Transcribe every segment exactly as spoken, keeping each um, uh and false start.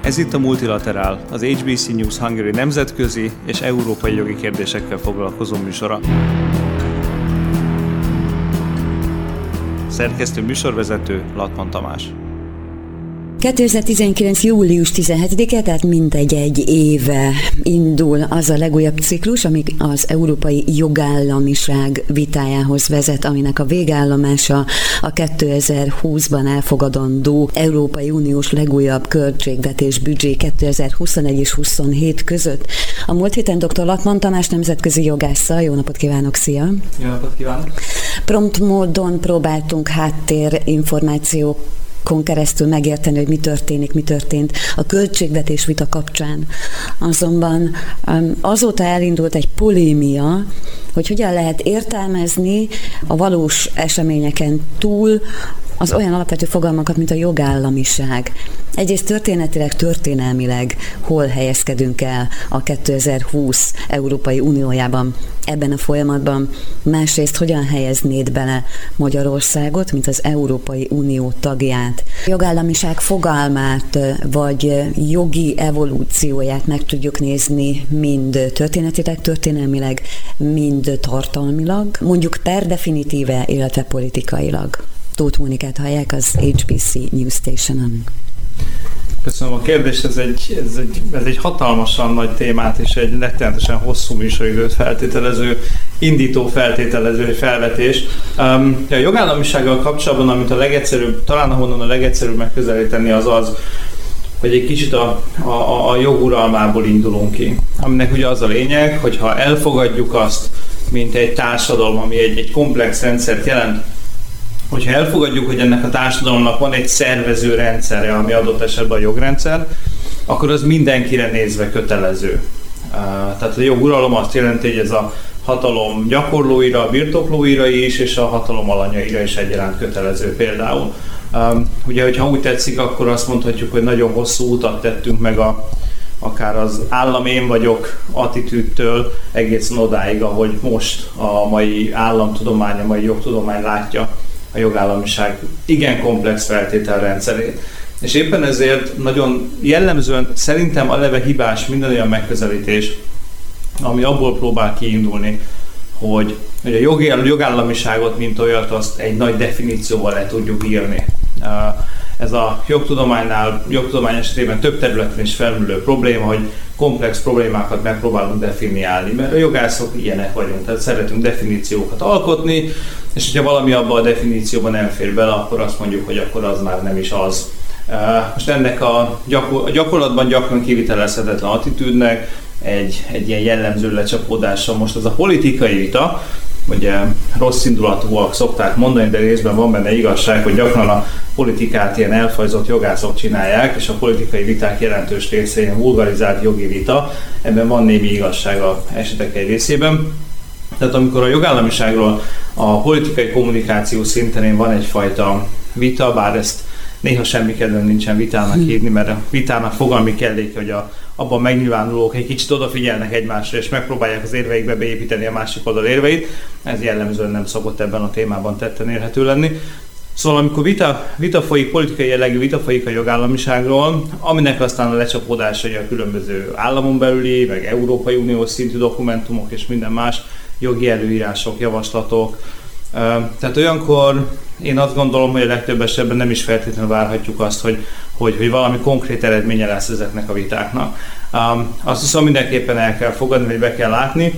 Ez itt a Multilaterál, az há bé cé News Hungary nemzetközi és európai jogi kérdésekkel foglalkozó műsora. Szerkesztő műsorvezető Latman Tamás. kétezer-tizenkilenc. július tizenhetedike, tehát mintegy egy éve indul az a legújabb ciklus, ami az európai jogállamiság vitájához vezet, aminek a végállomása a kétezer-húszban elfogadandó Európai Uniós legújabb költségvetés büdzsé kétezer-huszonegy és huszonhét között. A múlt héten dr. Latman Tamás nemzetközi jogásszal, jó napot kívánok, szia! Jó napot kívánok! Prompt módon próbáltunk háttérinformációk kon keresztül megérteni, hogy mi történik, mi történt a költségvetés vita kapcsán. Azonban azóta elindult egy polémia, hogy hogyan lehet értelmezni a valós eseményeken túl az olyan alapvető fogalmakat, mint a jogállamiság. Egyrészt történetileg, történelmileg hol helyezkedünk el a kétezer-húsz Európai Uniójában ebben a folyamatban, másrészt hogyan helyeznéd bele Magyarországot, mint az Európai Unió tagját. A jogállamiság fogalmát vagy jogi evolúcióját meg tudjuk nézni mind történetileg, történelmileg, mind tartalmilag, mondjuk per definitíve, illetve politikailag. Tóth Mónikát hallják az há bé cé News Station-on. Köszönöm a kérdést, ez egy, ez, egy, ez egy hatalmasan nagy témát és egy rettenetesen hosszú műsoridőt feltételező, indító feltételező felvetés. Um, a jogállamisággal kapcsolatban, amit a legegyszerűbb, talán ahonnan a legegyszerűbb megközelíteni az az, hogy egy kicsit a, a, a joguralmából indulunk ki. Aminek ugye az a lényeg, hogy ha elfogadjuk azt, mint egy társadalom, ami egy, egy komplex rendszert jelent, hogyha elfogadjuk, hogy ennek a társadalomnak van egy szervező rendszere, ami adott esetben a jogrendszer, akkor az mindenkire nézve kötelező. Tehát a joguralom azt jelenti, hogy ez a hatalom gyakorlóira, birtoklóira is, és a hatalom alanyaira is egyaránt kötelező például. Ugye, hogyha úgy tetszik, akkor azt mondhatjuk, hogy nagyon hosszú utat tettünk meg a akár az állam én vagyok attitűdtől egészen odáig, ahogy most a mai államtudomány, a mai jogtudomány látja a jogállamiság igen komplex feltételrendszerét. És éppen ezért nagyon jellemzően szerintem a leve hibás minden olyan megközelítés, ami abból próbál kiindulni, hogy, hogy a jogállamiságot, mint olyat, azt egy nagy definícióval le tudjuk írni. Ez a jogtudománynál, jogtudomány esetében több területen is felmerülő probléma, hogy komplex problémákat megpróbálunk definiálni, mert a jogászok ilyenek vagyunk, tehát szeretünk definíciókat alkotni, és hogyha valami abban a definícióban nem fér bele, akkor azt mondjuk, hogy akkor az már nem is az. Most ennek a, gyakor- a gyakorlatban gyakran kivitelezhetetlen attitűdnek egy, egy ilyen jellemző lecsapódása most az a politikai vita, ugye rossz indulatúak szokták mondani, de részben van benne igazság, hogy gyakran a politikát ilyen elfajzott jogászok csinálják, és a politikai viták jelentős része ilyen vulgarizált jogi vita, ebben van némi igazság a esetek egy részében. Tehát amikor a jogállamiságról a politikai kommunikáció szinten van egyfajta vita, bár ezt néha semmi kedvem nincsen vitának hívni, mert a vitának fogalmi kelléke, hogy a, abban megnyilvánulók egy kicsit odafigyelnek egymásra, és megpróbálják az érveikbe beépíteni a másik oldal érveit. Ez jellemzően nem szokott ebben a témában tetten érhető lenni. Szóval amikor vita, vita folyik, politikai jellegű vita folyik a jogállamiságról, aminek aztán a lecsapódásai a különböző államon belüli, meg Európai Uniós szintű dokumentumok és minden más jogi előírások, javaslatok. Tehát olyankor én azt gondolom, hogy a legtöbb esetben nem is feltétlenül várhatjuk azt, hogy, hogy, hogy valami konkrét eredménye lesz ezeknek a vitáknak. Azt hiszem mindenképpen el kell fogadni, vagy be kell látni,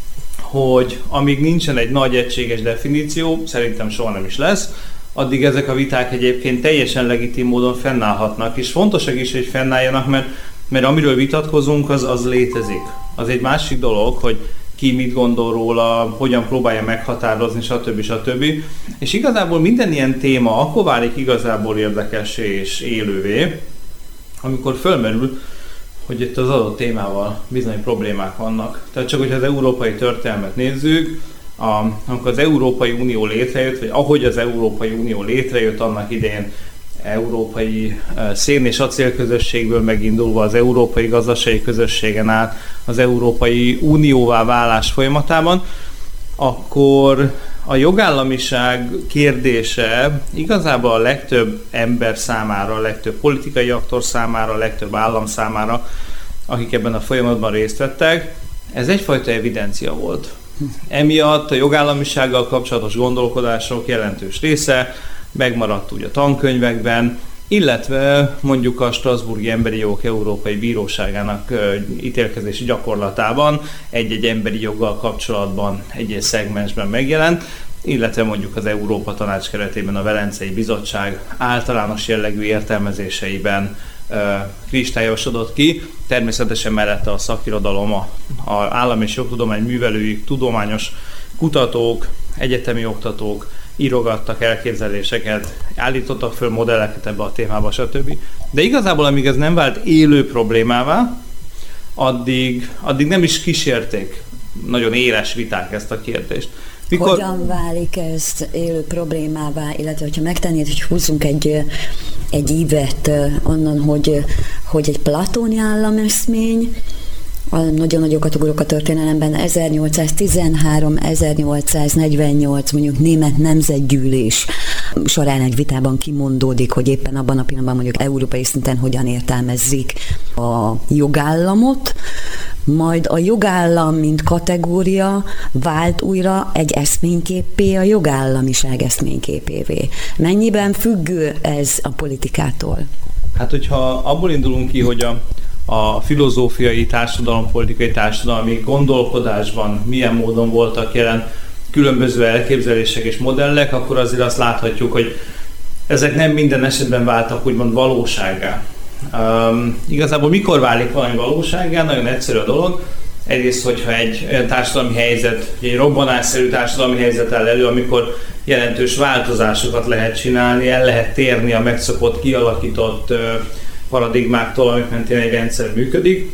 hogy amíg nincsen egy nagy egységes definíció, szerintem soha nem is lesz, addig ezek a viták egyébként teljesen legitim módon fennállhatnak, és fontosak is, hogy fennálljanak, mert, mert amiről vitatkozunk, az, az létezik. Az egy másik dolog, hogy ki mit gondol róla, hogyan próbálja meghatározni, stb. stb. És igazából minden ilyen téma akkor válik igazából érdekessé és élővé, amikor fölmerül, hogy itt az adott témával bizony problémák vannak. Tehát csak, hogyha az európai történelmet nézzük, a, amikor az Európai Unió létrejött, vagy ahogy az Európai Unió létrejött annak idején, európai szén- és acélközösségből megindulva az európai gazdasági közösségen át az Európai Unióvá válás folyamatában, akkor, a jogállamiság kérdése igazából a legtöbb ember számára, a legtöbb politikai aktor számára, a legtöbb állam számára, akik ebben a folyamatban részt vettek, ez egyfajta evidencia volt. Emiatt a jogállamisággal kapcsolatos gondolkodások jelentős része megmaradt úgy a tankönyvekben, illetve mondjuk a Strasbourgi Emberi Jogok Európai Bíróságának ítélkezési gyakorlatában egy-egy emberi joggal kapcsolatban egy-egy szegmensben megjelent, illetve mondjuk az Európa Tanács keretében a Velencei Bizottság általános jellegű értelmezéseiben kristályosodott ki. Természetesen mellette a szakirodalom, a, a állam és jogtudomány művelői, tudományos kutatók, egyetemi oktatók írogattak elképzeléseket, állítottak föl modelleket ebbe a témába, stb. De igazából, amíg ez nem vált élő problémává, addig, addig nem is kísérték nagyon éles viták ezt a kérdést. Mikor... Hogyan válik ez élő problémává, illetve hogyha megtennéd, hogy húzzunk egy, egy ívet onnan, hogy, hogy egy platóni állameszmény, a nagyon nagyokat ugrok a történelemben, ezernyolcszáztizenhárom ezernyolcszáznegyvennyolc mondjuk német nemzetgyűlés során egy vitában kimondódik, hogy éppen abban a pillanatban mondjuk európai szinten hogyan értelmezik a jogállamot, majd a jogállam, mint kategória vált újra egy eszményképpé, a jogállamiság eszményképévé. Mennyiben függő ez a politikától? Hát, hogyha abból indulunk ki, hogy a a filozófiai, társadalompolitikai, társadalmi gondolkodásban milyen módon voltak jelen különböző elképzelések és modellek, akkor azért azt láthatjuk, hogy ezek nem minden esetben váltak úgymond valósággá. Um, igazából mikor válik valami valósággá? Nagyon egyszerű a dolog. Egyrészt, hogyha egy olyan társadalmi helyzet, egy robbanásszerű társadalmi helyzet áll elő, amikor jelentős változásokat lehet csinálni, el lehet térni a megszokott, kialakított paradigmáktól, amik mentén egy rendszer működik.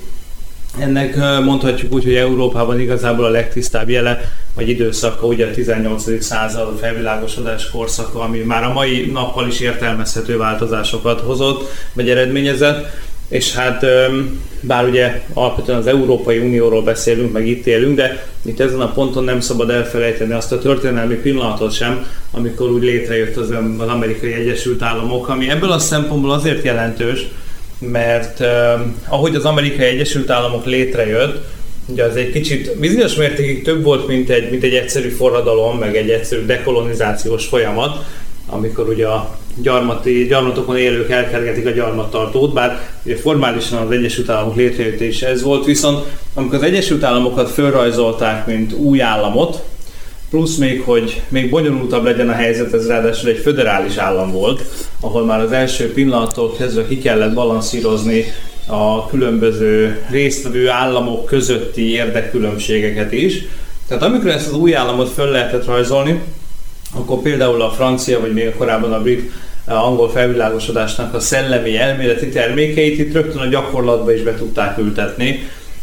Ennek mondhatjuk úgy, hogy Európában igazából a legtisztább jele, vagy időszaka, ugye a tizennyolcadik század, a felvilágosodás korszaka, ami már a mai nappal is értelmezhető változásokat hozott, vagy eredményezett. És hát bár ugye alapvetően az Európai Unióról beszélünk, meg itt élünk, de itt ezen a ponton nem szabad elfelejteni azt a történelmi pillanatot sem, amikor úgy létrejött az, az Amerikai Egyesült Államok, ami ebből a szempontból azért jelentős, mert eh, ahogy az Amerikai Egyesült Államok létrejött, ugye az egy kicsit bizonyos mértékig több volt, mint egy, mint egy egyszerű forradalom, meg egy egyszerű dekolonizációs folyamat, amikor ugye a gyarmati, gyarmatokon élők elkergetik a gyarmattartót, bár ugye formálisan az Egyesült Államok létrejötte is ez volt, viszont amikor az Egyesült Államokat fölrajzolták, mint új államot, plusz még, hogy még bonyolultabb legyen a helyzet, ez ráadásul egy föderális állam volt, ahol már az első pillanattól kezdve ki kellett balanszírozni a különböző résztvevő államok közötti érdekkülönbségeket is. Tehát amikor ezt az új államot föl lehetett rajzolni, akkor például a francia, vagy még korábban a brit angol felvilágosodásnak a szellemi elméleti termékeit itt rögtön a gyakorlatba is be tudták ültetni,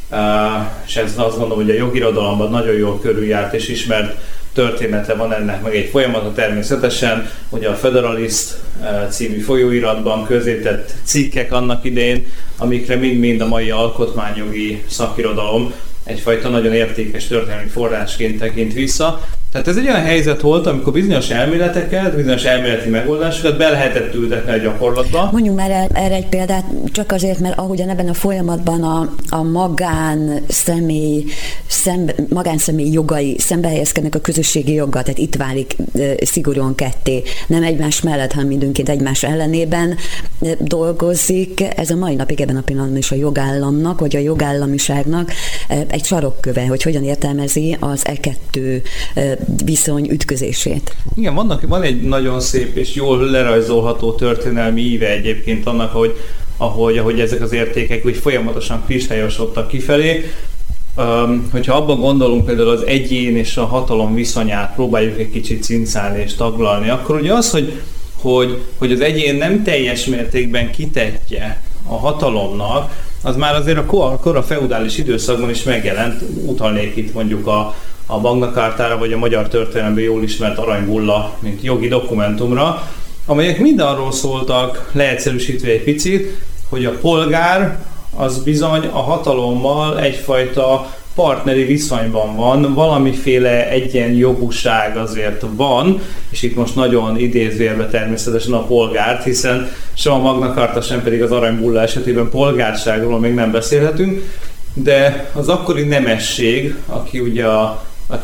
és ez azt gondolom, hogy a jogirodalomban nagyon jól körüljárt és ismert története van ennek, meg egy folyamata természetesen, hogy a Federalist című folyóiratban közzétett cikkek annak idején, amikre mind-mind a mai alkotmányjogi szakirodalom egyfajta nagyon értékes történelmi forrásként tekint vissza. Tehát ez egy olyan helyzet volt, amikor bizonyos elméleteket, bizonyos elméleti megoldásokat be lehetett ültetni a gyakorlatba. Mondjuk már erre egy példát, csak azért, mert ahogyan ebben a folyamatban a, a magán személy, szembe, magánszemély jogai szembehelyezkednek a közösségi joggal, tehát itt válik e, szigorúan ketté, nem egymás mellett, hanem mindenként egymás ellenében e, dolgozik. Ez a mai napig ebben a pillanatban is a jogállamnak, vagy a jogállamiságnak e, egy sarokköve, hogy hogyan értelmezi az e kettő e, viszony ütközését. Igen, vannak, van egy nagyon szép és jól lerajzolható történelmi íve egyébként annak, hogy ahogy, ahogy ezek az értékek úgy folyamatosan kristályosodtak kifelé. Um, hogyha abban gondolunk például az egyén és a hatalom viszonyát próbáljuk egy kicsit cincálni és taglalni, akkor ugye az, hogy, hogy, hogy az egyén nem teljes mértékben kitettje a hatalomnak, az már azért a kor, kor a feudális időszakban is megjelent. Utalnék itt mondjuk a a Magna Cartára, vagy a magyar történelemben jól ismert aranybulla, mint jogi dokumentumra, amelyek mind arról szóltak, leegyszerűsítve egy picit, hogy a polgár az bizony a hatalommal egyfajta partneri viszonyban van, valamiféle egyenjogúság azért van, és itt most nagyon idézőjelbe természetesen a polgárt, hiszen sem a Magna Carta, sem pedig az aranybulla esetében polgárságról még nem beszélhetünk, de az akkori nemesség, aki ugye a, a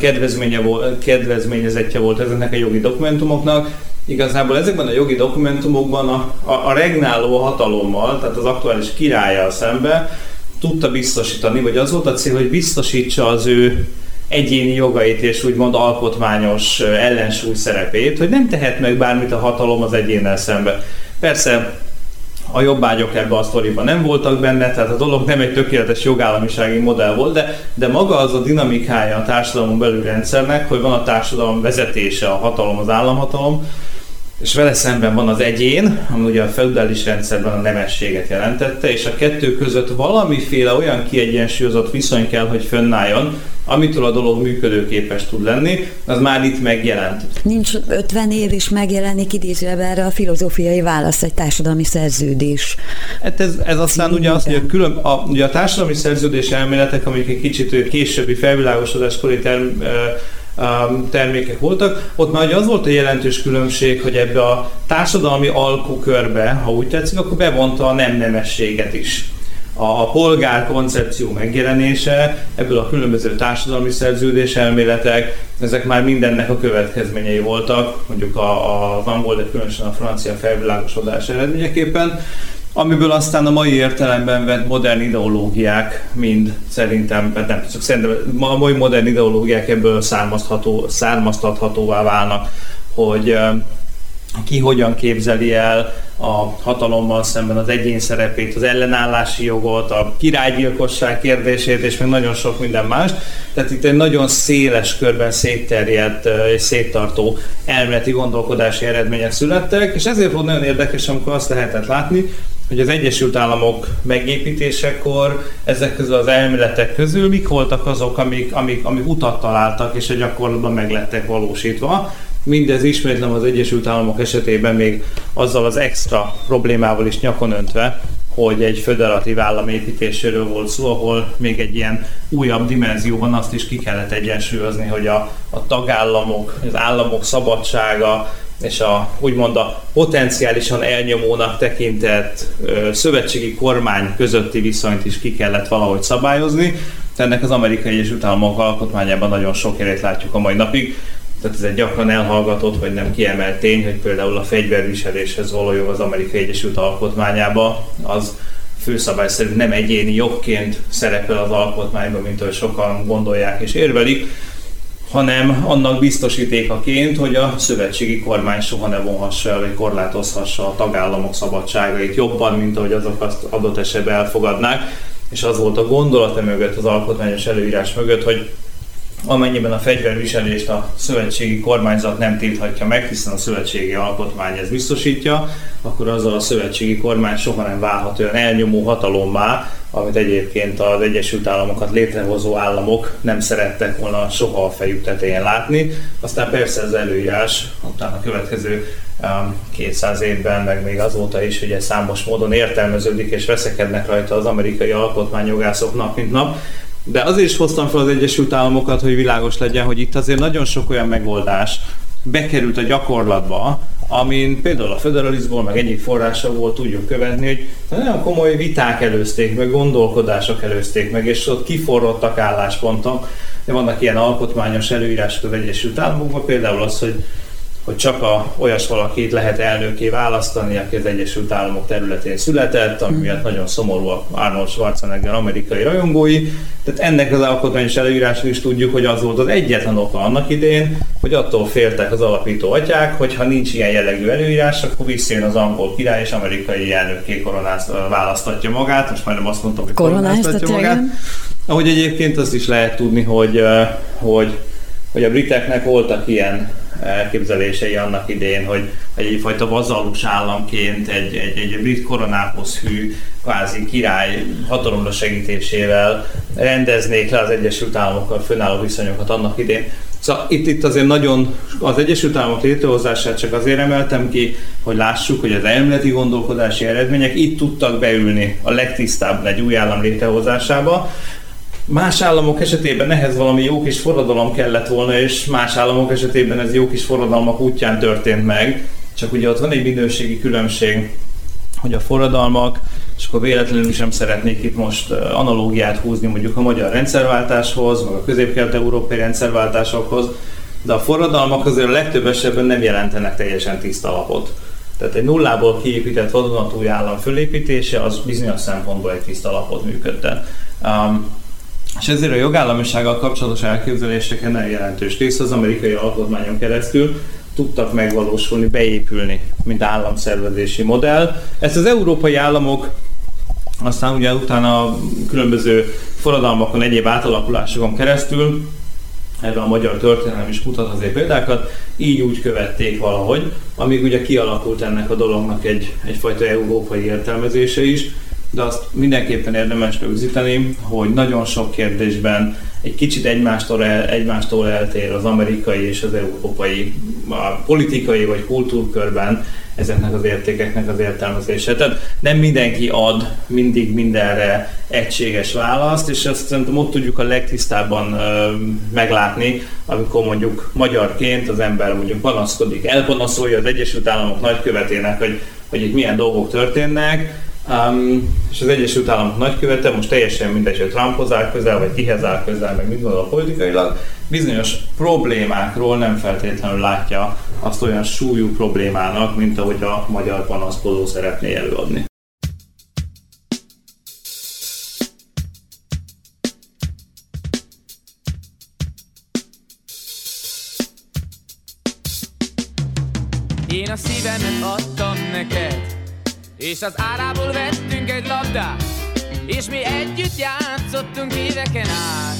kedvezményezettje volt ezeknek a jogi dokumentumoknak, igazából ezekben a jogi dokumentumokban a, a, a regnáló hatalommal, tehát az aktuális királlyal szemben tudta biztosítani, vagy az volt a cél, hogy biztosítsa az ő egyéni jogait és úgymond alkotmányos ellensúly szerepét, hogy nem tehet meg bármit a hatalom az egyénnel szemben. Persze a jobbágyok ebben a sztoriban nem voltak benne, tehát a dolog nem egy tökéletes jogállamisági modell volt, de, de maga az a dinamikája a társadalmon belül rendszernek, hogy van a társadalom vezetése, a hatalom, az államhatalom, és vele szemben van az egyén, ami ugye a feudális rendszerben a nemességet jelentette, és a kettő között valamiféle olyan kiegyensúlyozott viszony kell, hogy fönnálljon, amitől a dolog működőképes tud lenni, az már itt megjelent. Nincs ötven év is megjelenik idézőben erre a filozófiai válasz, egy társadalmi szerződés. Hát ez, ez aztán ugye az, hogy a, külön, a, ugye a társadalmi szerződés elméletek, amik egy kicsit későbbi felvilágosodáskori term, termékek voltak, ott már az volt a jelentős különbség, hogy ebbe a társadalmi alkukörbe, ha úgy tetszik, akkor bevonta a nem nemességet is. A polgár koncepció megjelenése, ebből a különböző társadalmi szerződés elméletek, ezek már mindennek a következményei voltak, mondjuk az angol, de különösen a francia felvilágosodás eredményeképpen, amiből aztán a mai értelemben vett modern ideológiák mind szerintem, nem csak szerintem a mai modern ideológiák ebből származható, származtathatóvá válnak, hogy ki hogyan képzeli el a hatalommal szemben az egyén szerepét, az ellenállási jogot, a királygyilkosság kérdését, és még nagyon sok minden mást. Tehát itt egy nagyon széles körben szétterjedt és széttartó elméleti gondolkodási eredmények születtek, és ezért volt nagyon érdekes, amikor azt lehetett látni, hogy az Egyesült Államok megépítésekor ezek közül az elméletek közül mik voltak azok, amik, amik, amik utat találtak, és a gyakorlatban meg lettek valósítva. Mindez ismétlem az Egyesült Államok esetében még azzal az extra problémával is nyakon öntve, hogy egy föderatív állam építéséről volt szó, ahol még egy ilyen újabb dimenzióban azt is ki kellett egyensúlyozni, hogy a, a tagállamok, az államok szabadsága és a, úgymond a potenciálisan elnyomónak tekintett ö, szövetségi kormány közötti viszonyt is ki kellett valahogy szabályozni. Ennek az Amerikai Egyesült Államok alkotmányában nagyon sok érét látjuk a mai napig. Tehát ez egy gyakran elhallgatott, vagy nem kiemelt tény, hogy például a fegyverviseléshez való jog az Amerikai Egyesült Alkotmányában az főszabályszerűen nem egyéni jogként szerepel az alkotmányban, mint ahogy sokan gondolják és érvelik, hanem annak biztosítékaként, hogy a szövetségi kormány soha ne vonhassa el, vagy korlátozhassa a tagállamok szabadságait jobban, mint ahogy azok azt adott esetben elfogadnák. És az volt a gondolata mögött, az alkotmányos előírás mögött, hogy amennyiben a fegyverviselést a szövetségi kormányzat nem tilthatja meg, hiszen a szövetségi alkotmány ezt biztosítja, akkor azzal a szövetségi kormány soha nem válhat olyan elnyomó hatalommá, amit egyébként az Egyesült Államokat létrehozó államok nem szerettek volna soha a fejük tetején látni. Aztán persze az előírás, utána a következő um, kétszáz évben, meg még azóta is ugye számos módon értelmeződik és veszekednek rajta az amerikai alkotmányjogászok nap mint nap. De azért is hoztam fel az Egyesült Államokat, hogy világos legyen, hogy itt azért nagyon sok olyan megoldás bekerült a gyakorlatba, amin például a föderalizmból, meg egyéb forrásokból tudjuk követni, hogy nagyon komoly viták előzték meg, gondolkodások előzték meg, és ott kiforrottak álláspontok. De vannak ilyen alkotmányos előírások az Egyesült Államokban, például az, hogy hogy csak a, olyas valakit lehet elnökké választani, aki az Egyesült Államok területén született, ami miatt nagyon szomorúak Arnold Schwarzenegger amerikai rajongói. Tehát ennek az alkotmányos előírásról is tudjuk, hogy az volt az egyetlen oka annak idén, hogy attól féltek az alapító atyák, hogy ha nincs ilyen jellegű előírás, akkor visszajön az angol király és amerikai elnökké választatja magát. Most majdnem azt mondtam, hogy koronáztatja magát. Ahogy egyébként azt is lehet tudni, hogy, hogy, hogy a briteknek voltak ilyen elképzelései annak idén, hogy egyfajta vazallus államként egy, egy, egy brit koronához hű kvázi király hatalomra segítésével rendeznék le az Egyesült Államokkal fönnálló viszonyokat annak idén. Szóval itt, itt azért nagyon az Egyesült Államok létrehozását csak azért emeltem ki, hogy lássuk, hogy az elméleti gondolkodási eredmények itt tudtak beülni a legtisztább egy új állam létrehozásába. Más államok esetében ehhez valami jó kis forradalom kellett volna, és más államok esetében ez jó kis forradalmak útján történt meg. Csak ugye ott van egy minőségi különbség, hogy a forradalmak, és akkor véletlenül sem szeretnék itt most analógiát húzni mondjuk a magyar rendszerváltáshoz, meg a közép-kelet-európai rendszerváltásokhoz, de a forradalmak azért a legtöbb esetben nem jelentenek teljesen tiszta alapot. Tehát egy nullából kiépített vadonatúj állam fölépítése az bizonyos szempontból egy tiszta alapot működtet. Um, és ezért a jogállamisággal kapcsolatos elképzeléseken nagyon jelentős rész az amerikai alkotmányon keresztül tudtak megvalósulni, beépülni, mint államszervezési modell. Ezt az európai államok aztán ugye utána a különböző forradalmakon, egyéb átalakulásokon keresztül, erre a magyar történelem is mutat azért példákat, így úgy követték valahogy, amíg ugye kialakult ennek a dolognak egy, egyfajta európai értelmezése is, de azt mindenképpen érdemes rögzíteni, hogy nagyon sok kérdésben egy kicsit egymástól, el, egymástól eltér az amerikai és az európai a politikai vagy kultúrkörben ezeknek az értékeknek az értelmezése. Tehát nem mindenki ad mindig mindenre egységes választ, és azt szerintem ott tudjuk a legtisztábban ö, meglátni, amikor mondjuk magyarként az ember mondjuk panaszkodik, elpanaszolja az Egyesült Államok nagykövetének, hogy, hogy itt milyen dolgok történnek, Um, és az Egyesült Államok nagykövete, most teljesen mindegy, hogy Trumphoz áll közel, vagy kihez áll közel, meg mit gondol politikailag, bizonyos problémákról nem feltétlenül látja azt olyan súlyú problémának, mint ahogy a magyar panaszkodó szeretné előadni. Én a szívemet adtam neked, és az árából vettünk egy labdát, és mi együtt játszottunk éveken át.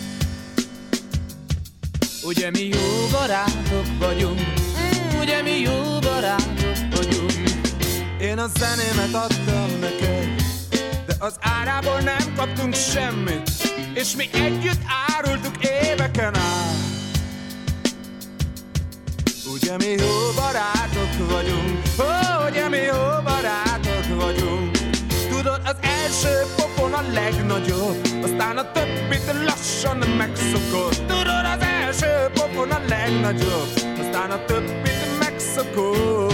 Ugye mi jó barátok vagyunk, mm, ugye mi jó barátok vagyunk. Én a zenémet adtam neked, de az árából nem kaptunk semmit, és mi együtt árultuk éveken át. Ugye mi jó barátok vagyunk, oh, ugye mi jó barátok vagyunk. Tudod, az első pofon a legnagyobb, aztán a többit lassan megszokod. Tudod, az első pofon a legnagyobb, aztán a többit megszokod.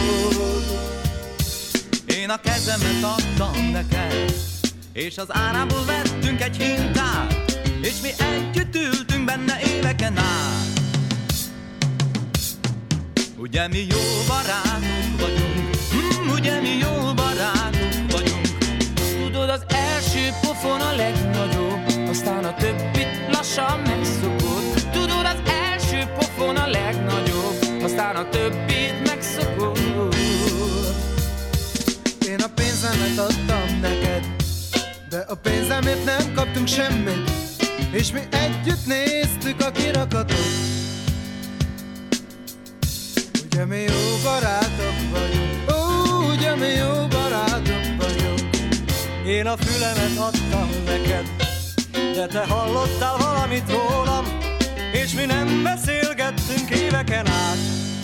Én a kezemet adtam neked, és az árából vettünk egy hintát, és mi együtt ültünk benne éveken át. Ugye mi jó barátok vagyunk, mm, ugye mi jó barátok vagyunk. Tudod, az első pofon a legnagyobb, aztán a többit lassan megszokod. Tudod, az első pofon a legnagyobb, aztán a többit megszokod. Én a pénzemet adtam neked, de a pénzemért nem kaptunk semmit, és mi együtt néztük a kirakatot. Ugye mi jó barátok vagyunk, ó, ugye mi jó barátok vagyunk. Én a fülemet adtam neked, de te hallottál valamit rólam, és mi nem beszélgettünk éveken át.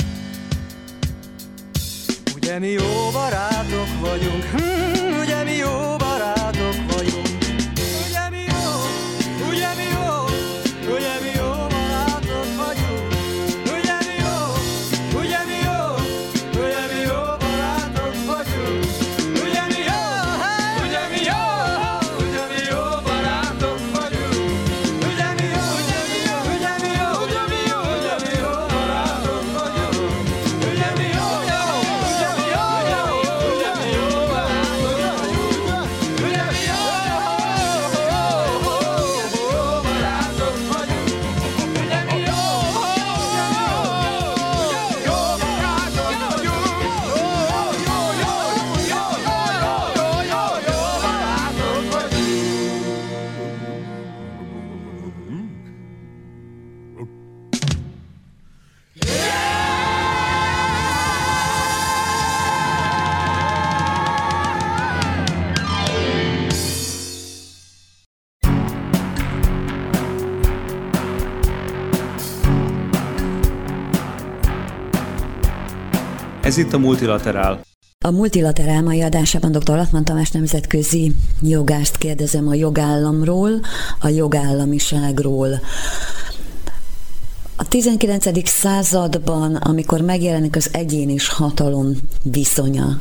Ugye mi jó barátok vagyunk, hm, ugye mi jó barátok vagyunk. Ugye mi jó, ugye mi jó, ugye mi jó barátok vagyunk. Ugye mi jó, ugye mi jó, ugye mi jó barátok vagyunk. Ugye mi jó, ugye mi jó, ugye mi jó barátok vagyunk. Ugye mi jó, ugye mi jó, ugye mi jó, ugye mi jó, ugye mi jó barátok vagyunk. Ugye mi jó, ugye mi jó, ugye mi jó barátok vagyunk. Ugye mi jó, barátok vagyunk. Ugye mi jó, jó barátok vagyunk. Jó, jó, jó, jó, jó, jó, jó barátok Ez itt a Multilaterál, A Multilaterál mai adásában dr. Latman Tamás nemzetközi jogászt kérdezem a jogállamról, a jogállamiságról. A tizenkilencedik században, amikor megjelenik az egyén és hatalom viszonya,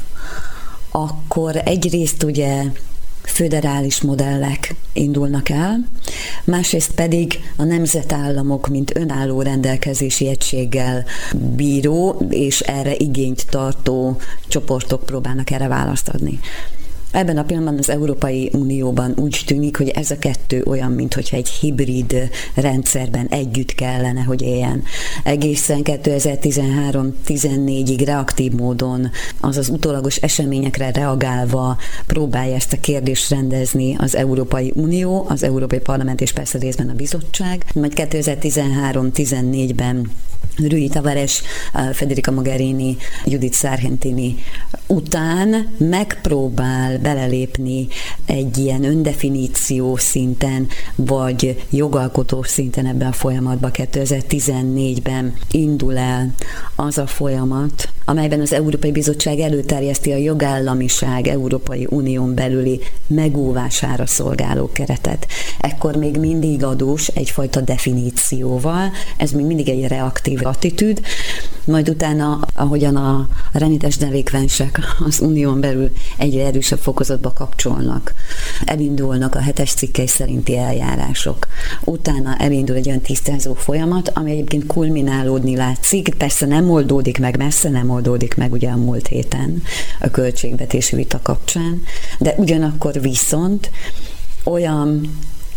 akkor egyrészt ugye föderális modellek indulnak el, másrészt pedig a nemzetállamok, mint önálló rendelkezési egységgel bíró és erre igényt tartó csoportok próbálnak erre választ adni. Ebben a pillanatban az Európai Unióban úgy tűnik, hogy ez a kettő olyan, mintha egy hibrid rendszerben együtt kellene, hogy éljen. Egészen kétezer-tizenhárom tizennégyig reaktív módon, azaz utólagos eseményekre reagálva próbálja ezt a kérdést rendezni az Európai Unió, az Európai Parlament és persze részben a bizottság. Majd kétezer-tizenhárom tizennégyben Rui Tavares, Federica Mogherini, Judith Sargentini után megpróbál belelépni egy ilyen öndefiníció szinten, vagy jogalkotó szinten ebben a folyamatban. kétezer-tizennégyben indul el az a folyamat, amelyben az Európai Bizottság előterjeszti a jogállamiság Európai Unión belüli megóvására szolgáló keretet. Ekkor még mindig adós egyfajta definícióval, ez még mindig egy reaktív attitűd, majd utána, ahogyan a renites delikvensek az unión belül egyre erősebb fokozatba kapcsolnak, elindulnak a hetes cikkely szerinti eljárások. Utána elindul egy olyan tisztázó folyamat, ami egyébként kulminálódni látszik, persze nem oldódik meg, messze nem oldódik meg ugye a múlt héten a költségvetési vita kapcsán, de ugyanakkor viszont olyan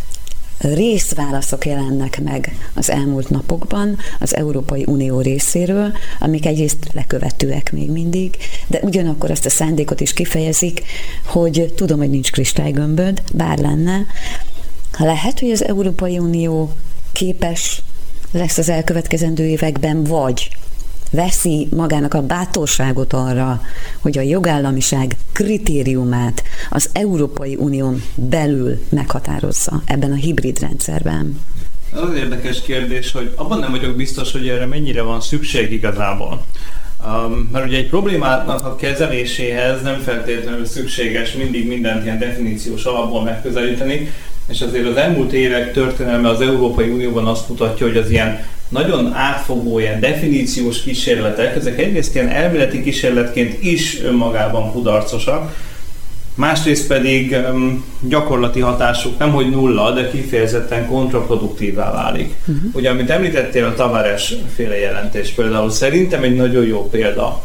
részválaszok jelennek meg az elmúlt napokban az Európai Unió részéről, amik egyrészt lekövetőek még mindig, de ugyanakkor azt a szándékot is kifejezik, hogy tudom, hogy nincs kristálygömböd, bár lenne. Lehet, hogy az Európai Unió képes lesz az elkövetkezendő években, vagy veszi magának a bátorságot arra, hogy a jogállamiság kritériumát az Európai Unión belül meghatározza ebben a hibrid rendszerben. Ez az érdekes kérdés, hogy abban nem vagyok biztos, hogy erre mennyire van szükség igazából. Um, mert ugye egy problémának a kezeléséhez nem feltétlenül szükséges mindig mindent ilyen definíciós alapból megközelíteni, és azért az elmúlt évek történelme az Európai Unióban azt mutatja, hogy az ilyen nagyon átfogó, ilyen definíciós kísérletek, ezek egyrészt ilyen elméleti kísérletként is önmagában kudarcosak, másrészt pedig um, gyakorlati hatásuk nemhogy nulla, de kifejezetten kontraproduktívvá válik. Uh-huh. Ugye, amit említettél, a Tavares féle jelentés például szerintem egy nagyon jó példa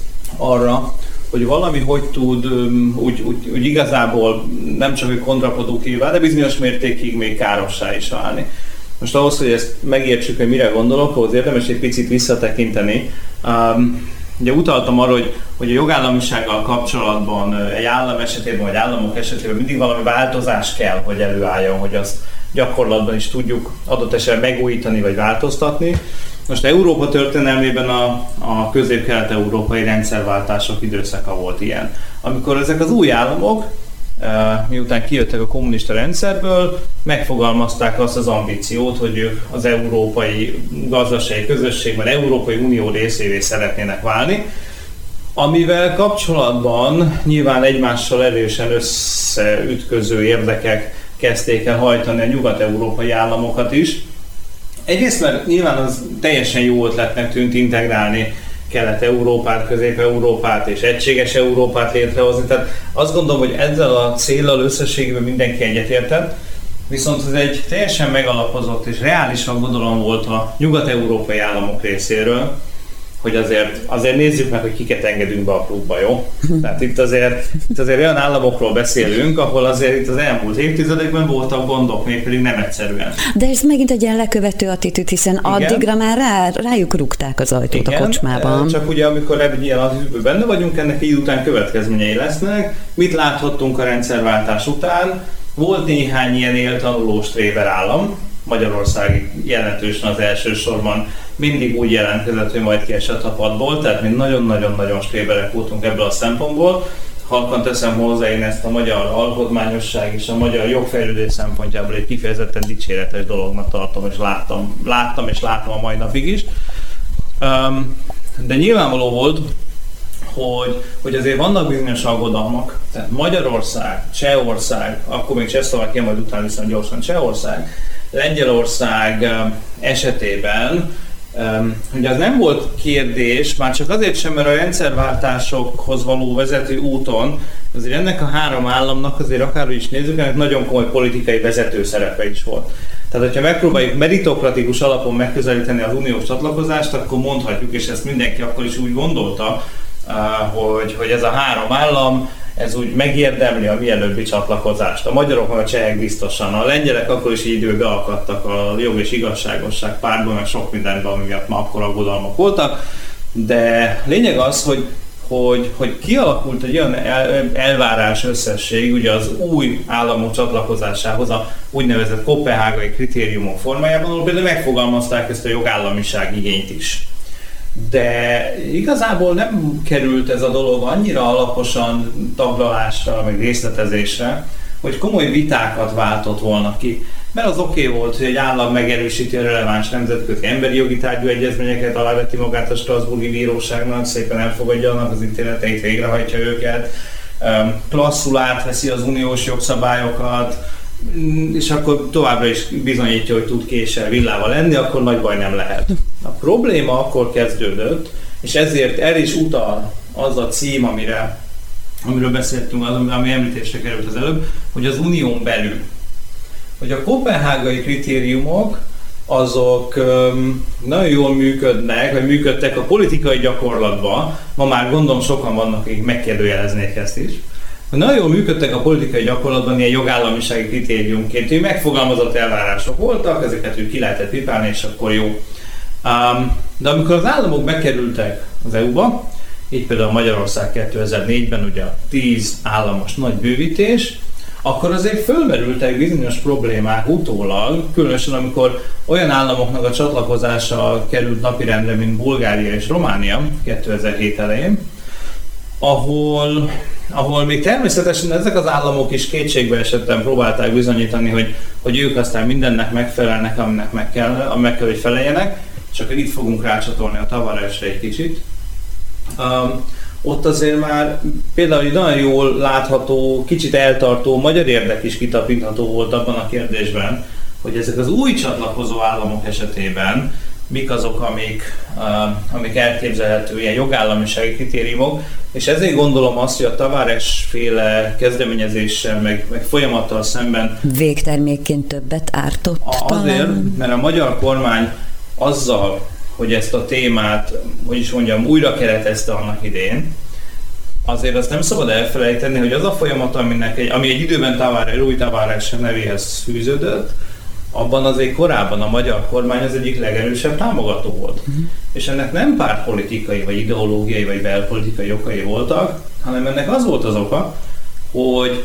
arra, hogy valami hogy tud um, úgy, úgy, úgy igazából nem csak kontraproduktívá, de bizonyos mértékig még károssá is válni. Most ahhoz, hogy ezt megértsük, hogy mire gondolok, ahhoz érdemes egy picit visszatekinteni. Um, ugye utaltam arra, hogy, hogy a jogállamisággal kapcsolatban egy állam esetében, vagy államok esetében mindig valami változás kell, hogy előálljon, hogy azt gyakorlatban is tudjuk adott esetben megújítani, vagy változtatni. Most Európa történelmében a, a közép-kelet-európai rendszerváltások időszaka volt ilyen. Amikor ezek az új államok, miután kijöttek a kommunista rendszerből, megfogalmazták azt az ambíciót, hogy ők az európai gazdasági közösség, vagy Európai Unió részévé szeretnének válni, amivel kapcsolatban nyilván egymással erősen összeütköző érdekek kezdték el hajtani a nyugat-európai államokat is. Egyrészt mert nyilván az teljesen jó ötletnek tűnt integrálni Kelet-Európát, Közép-Európát és egységes Európát létrehozni. Tehát azt gondolom, hogy ezzel a céllal összességében mindenki egyetértett, viszont ez egy teljesen megalapozott és reális aggodalom volt a nyugat-európai államok részéről, hogy azért, azért nézzük meg, hogy kiket engedünk be a klubba, jó? Tehát itt azért, itt azért olyan államokról beszélünk, ahol azért itt az elmúlt évtizedekben voltak gondok, mégpedig nem egyszerűen. De ez megint egy ilyen lekövető attitűd, hiszen igen, addigra már rá, rájuk rúgták az ajtót igen, a kocsmában. Csak ugye amikor egy ilyen attitűdben benne vagyunk, ennek így után következményei lesznek. Mit láthattunk a rendszerváltás után? Volt néhány ilyen éltanuló stréber állam, Magyarország jelentősen az elsősorban mindig úgy jelentkezett, hogy majd kiesett a padból, tehát mi nagyon-nagyon-nagyon stréberek voltunk ebből a szempontból. Halkan teszem hozzá, én ezt a magyar alkotmányosság és a magyar jogfejlődés szempontjából egy kifejezetten dicséretes dolognak tartom, és láttam, láttam és látom a mai napig is. De nyilvánvaló volt, hogy, hogy azért vannak bizonyos aggodalmak. Tehát Magyarország, Csehország, akkor még Csehszlovákia, majd utána viszont gyorsan Csehország, Lengyelország esetében, hogy az nem volt kérdés, már csak azért sem, mert a rendszerváltásokhoz való vezető úton azért ennek a három államnak azért akárhogy is nézzük, ennek nagyon komoly politikai vezető szerepe is volt. Tehát, hogyha megpróbáljuk meritokratikus alapon megközelíteni az uniós csatlakozást, akkor mondhatjuk, és ezt mindenki akkor is úgy gondolta, hogy, hogy ez a három állam, ez úgy megérdemli a mielőbbi csatlakozást. A magyarok meg a csehek biztosan, a lengyelek akkor is időbe beakadtak a jog és igazságosság pártban, meg sok mindenben, ami miatt már akkor aggodalmak voltak. De lényeg az, hogy Hogy, hogy kialakult egy olyan el, elvárás összesség ugye az új államok csatlakozásához a úgynevezett koppenhágai kritériumok formájában, ahol például megfogalmazták ezt a jogállamiság igényt is. De igazából nem került ez a dolog annyira alaposan taglalásra, meg részletezésre, hogy komoly vitákat váltott volna ki. Mert az oké okay volt, hogy egy állam megerősíti a releváns nemzetközi emberi jogi tárgyú egyezményeket, aláveti magát a Strasbourgi Bíróságnak, szépen elfogadja annak az ítéleteit, végrehajtja őket, klasszul átveszi az uniós jogszabályokat, és akkor továbbra is bizonyítja, hogy tud késsel villával lenni, akkor nagy baj nem lehet. A probléma akkor kezdődött, és ezért el is utal az a cím, amire, amiről beszéltünk, az, ami említésre került az előbb, hogy az unión belül. Hogy a koppenhágai kritériumok azok um, nagyon jól működnek, vagy működtek a politikai gyakorlatban, ma már gondolom sokan vannak, akik megkérdőjeleznék ezt is, hogy nagyon jól működtek a politikai gyakorlatban ilyen jogállamisági kritériumként, hogy megfogalmazott elvárások voltak, ezeket úgy ki lehetett pipálni, és akkor jó. Um, de amikor az államok bekerültek az é u-ba, így például Magyarország kétezer-négyben ugye a tíz államos nagy bővítés, akkor azért fölmerültek bizonyos problémák utólag, különösen amikor olyan államoknak a csatlakozása került napirendre, mint Bulgária és Románia kétezer-hét elején, ahol, ahol még természetesen ezek az államok is kétségbe esetten próbálták bizonyítani, hogy, hogy ők aztán mindennek megfelelnek, aminek meg kell, meg kell, hogy feleljenek, és akkor itt fogunk rácsatolni a Tavaresre egy kicsit. Um, Ott azért már például egy nagyon jól látható, kicsit eltartó magyar érdek is kitapintható volt abban a kérdésben, hogy ezek az új csatlakozó államok esetében mik azok, amik, uh, amik elképzelhető ilyen jogállamisági kritériumok, és ezért gondolom azt, hogy a Tavares-féle kezdeményezéssel, meg, meg folyamattal szemben végtermékként többet ártott. Azért, talán. Mert a magyar kormány azzal, hogy ezt a témát, hogy is mondjam, újra keretezte annak idén, azért azt nem szabad elfelejteni, hogy az a folyamat, aminek egy, ami egy időben Tavares, új Tavares nevéhez fűződött, abban azért korábban a magyar kormány az egyik legerősebb támogató volt. Uh-huh. És ennek nem pártpolitikai, vagy ideológiai, vagy belpolitikai okai voltak, hanem ennek az volt az oka, hogy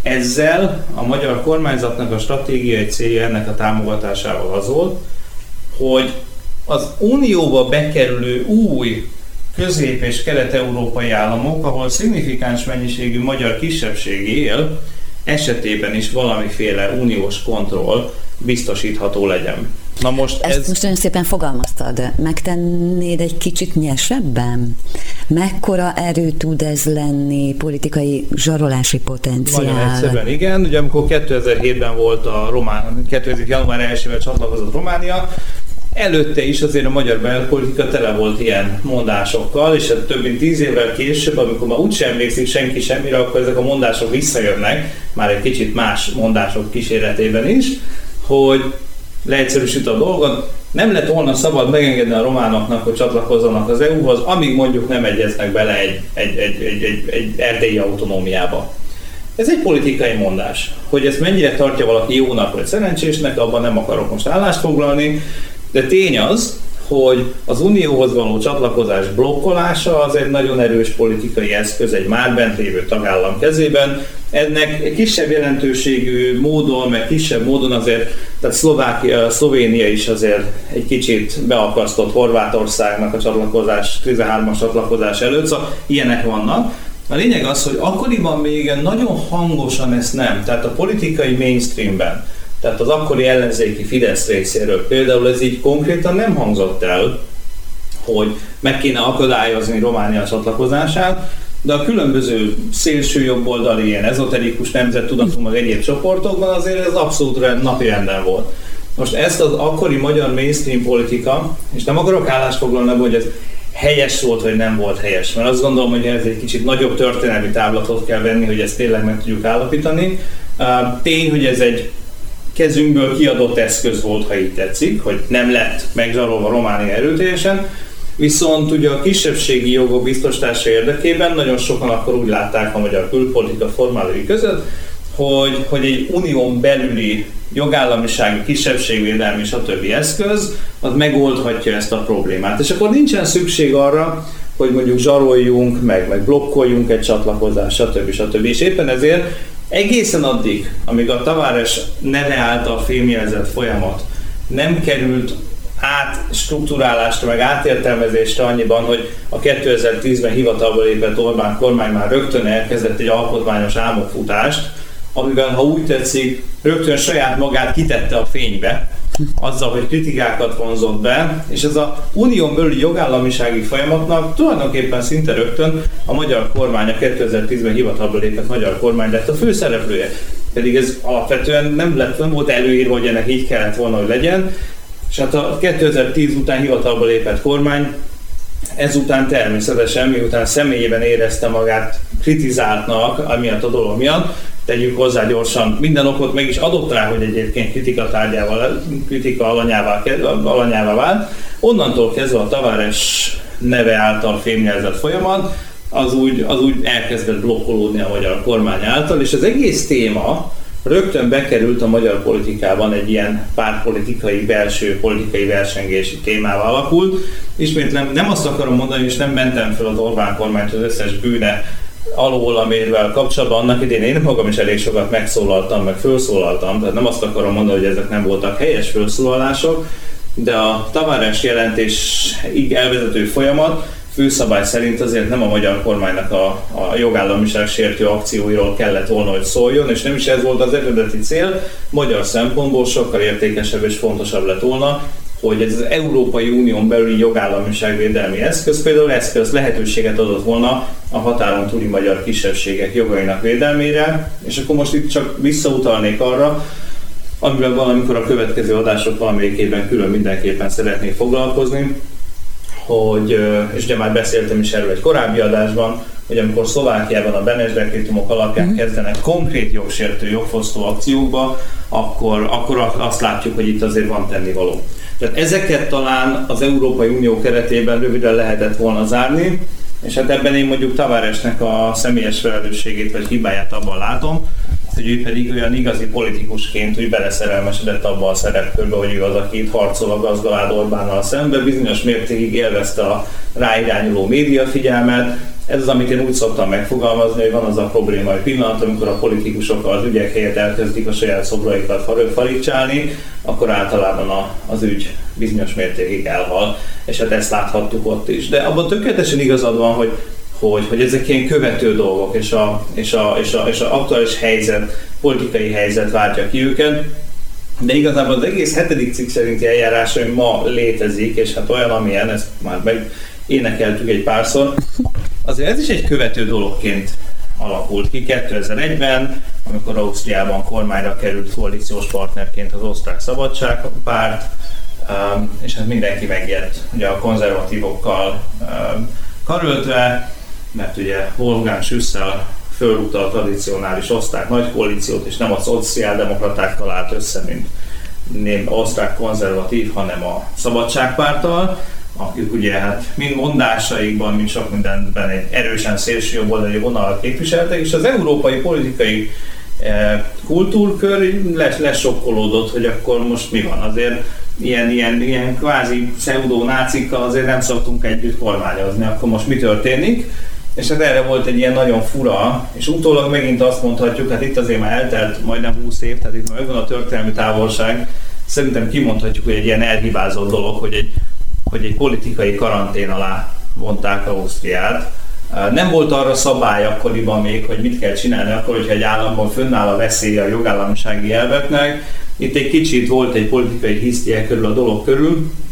ezzel a magyar kormányzatnak a stratégiai célja ennek a támogatásával az volt, hogy az unióba bekerülő új közép- és kelet-európai államok, ahol szignifikáns mennyiségű magyar kisebbség él, esetében is valamiféle uniós kontroll biztosítható legyen. Na most Ezt ez... most nagyon szépen fogalmaztad. Megtennéd egy kicsit nyesebben? Mekkora erő tud ez lenni, politikai zsarolási potenciál? Nagyon egyszerűen igen. Ugye amikor kétezer-hétben volt a Román, kétezer-hét. január elsejével csatlakozott Románia, előtte is azért a magyar belpolitika tele volt ilyen mondásokkal, és több mint tíz évvel később, amikor már úgysem emlékszik senki semmire, akkor ezek a mondások visszajönnek, már egy kicsit más mondások kíséretében is, hogy leegyszerűsít a dolgot, nem lett volna szabad megengedni a románoknak, hogy csatlakozzanak az é u-hoz, amíg mondjuk nem egyeznek bele egy, egy, egy, egy, egy, egy erdélyi autonómiába. Ez egy politikai mondás. Hogy ezt mennyire tartja valaki jónak vagy szerencsésnek, abban nem akarok most állást foglalni, de tény az, hogy az unióhoz való csatlakozás blokkolása az egy nagyon erős politikai eszköz egy már bent lévő tagállam kezében. Ennek kisebb jelentőségű módon, meg kisebb módon azért, tehát Szlovákia, Szlovénia is azért egy kicsit beakasztott Horvátországnak a csatlakozás, tizenhármas csatlakozás előtt, szóval ilyenek vannak. A lényeg az, hogy akkoriban még nagyon hangosan ezt nem, tehát a politikai mainstreamben, tehát az akkori ellenzéki Fidesz részéről például ez így konkrétan nem hangzott el, hogy meg kéne akadályozni Románia csatlakozását, de a különböző szélső jobboldali, ilyen ezoterikus nemzettudatú, meg egyéb csoportokban azért ez abszolút napirenden volt. Most ezt az akkori magyar mainstream politika, és nem akarok állást foglalni, hogy ez helyes volt, vagy nem volt helyes, mert azt gondolom, hogy ez egy kicsit nagyobb történelmi távlatot kell venni, hogy ezt tényleg meg tudjuk állapítani. Tény, hogy ez egy kezünkből kiadott eszköz volt, ha így tetszik, hogy nem lett megzsarolva Románia erőteljesen, viszont ugye a kisebbségi jogok biztosítása érdekében nagyon sokan akkor úgy látták a magyar külpolitika formálói között, hogy, hogy egy unión belüli jogállamisági, kisebbségvédelmi stb. Eszköz, az megoldhatja ezt a problémát. És akkor nincsen szükség arra, hogy mondjuk zsaroljunk, meg, meg blokkoljunk egy csatlakozást, stb. stb. És éppen ezért egészen addig, amíg a Tavares neve által fémjelzett folyamat nem került át strukturálásra, meg átértelmezésre annyiban, hogy a kétezer-tízben hivatalba lépett Orbán kormány már rögtön elkezdett egy alkotmányos álmokfutást, amiben, ha úgy tetszik, rögtön saját magát kitette a fénybe, azzal, hogy kritikákat vonzott be, és ez a unión belüli jogállamisági folyamatnak tulajdonképpen szinte rögtön a magyar kormány, a kétezer-tízben hivatalba lépett magyar kormány lett a főszereplője. Pedig ez alapvetően nem, lett, nem volt előírva, hogy ennek így kellett volna, hogy legyen, és hát a kétezer-tíz után hivatalba lépett kormány ezután természetesen, miután személyében érezte magát kritizáltnak, amiatt a dolog miatt, tegyük hozzá gyorsan, minden okot meg is adott rá, hogy egyébként kritika tárgyával, kritika alanyává, alanyává vált. Onnantól kezdve a Tavares neve által fémjelzett folyamat, az úgy, az úgy elkezdett blokkolódni a magyar kormány által, és az egész téma rögtön bekerült a magyar politikában egy ilyen pártpolitikai, belső politikai versengési témává alakult. Ismétlem, nem azt akarom mondani, és nem mentem fel az Orbán kormányt az összes bűne alól, amivel kapcsolatban annak idén én magam is elég sokat megszólaltam, meg felszólaltam, tehát nem azt akarom mondani, hogy ezek nem voltak helyes felszólalások, de a Tavares jelentésig elvezető folyamat főszabály szerint azért nem a magyar kormánynak a, a jogállamiság sértő akcióiról kellett volna, hogy szóljon, és nem is ez volt az eredeti cél. Magyar szempontból sokkal értékesebb és fontosabb lett volna, hogy ez az Európai Unión belüli jogállamiságvédelmi eszköz például eszköz lehetőséget adott volna a határon túli magyar kisebbségek jogainak védelmére, és akkor most itt csak visszautalnék arra, amivel valamikor a következő adások valamelyikében külön mindenképpen szeretnék foglalkozni, hogy, és ugye már beszéltem is erről egy korábbi adásban, hogy amikor Szlovákiában a Benes dekrétumok alapján mm. kezdenek konkrét jogsértő, jogfosztó akciókba, akkor, akkor azt látjuk, hogy itt azért van tennivaló. Tehát ezeket talán az Európai Unió keretében röviden lehetett volna zárni, és hát ebben én mondjuk Tavaresnek a személyes felelősségét vagy hibáját abban látom, hogy ő pedig olyan igazi politikusként úgy beleszerelmesedett abban a szerepkörbe, hogy ő az, aki itt harcol a gazdalád Orbánnal szemben, bizonyos mértékig élvezte a ráirányuló médiafigyelmet. Ez az, amit én úgy szoktam megfogalmazni, hogy van az a problémai pillanat, amikor a politikusok az ügyek helyett elkezdik a saját szobraikat faricsálni, akkor általában a, az ügy bizonyos mértékig elhal, és hát ezt láthattuk ott is. De abban tökéletesen igazad van, hogy Hogy, hogy ezek ilyen követő dolgok, és a, és a, és a, és a aktuális helyzet, politikai helyzet váltja ki őket. De igazából az egész hetedik cikk szerinti eljárás, ami ma létezik, és hát olyan, amilyen, ezt már meg énekeltük egy párszor, azért ez is egy követő dologként alakult ki kétezer-egyben, amikor Ausztriában kormányra került koalíciós partnerként az Osztrák Szabadságpárt, és hát mindenki megijedt, ugye a konzervatívokkal karöltve, mert ugye Wolfgang Schüssel fölrúgta a tradicionális osztrák nagykoalíciót, és nem a szociáldemokratákkal állt össze, mint nem osztrák konzervatív, hanem a Szabadságpárttal, akik ugye hát mind mondásaikban, mind sok mindenben egy erősen szélsőjobboldali vonalat képviseltek, és az európai politikai eh, kultúrkör les, lesokkolódott, hogy akkor most mi van. Azért ilyen, ilyen, ilyen kvázi pseudo-nácikkal azért nem szoktunk együtt kormányozni, akkor most mi történik? És hát erre volt egy ilyen nagyon fura, és utólag megint azt mondhatjuk, hát itt azért már eltelt majdnem húsz év, tehát itt már van a történelmi távolság, szerintem kimondhatjuk, hogy egy ilyen elhibázott dolog, hogy egy, hogy egy politikai karantén alá vonták Ausztriát. Nem volt arra szabály akkoriban még, hogy mit kell csinálni akkor, hogyha egy államban fönnáll a veszélye a jogállamisági elveknek. Itt egy kicsit volt egy politikai hisztie körül a dolog körül,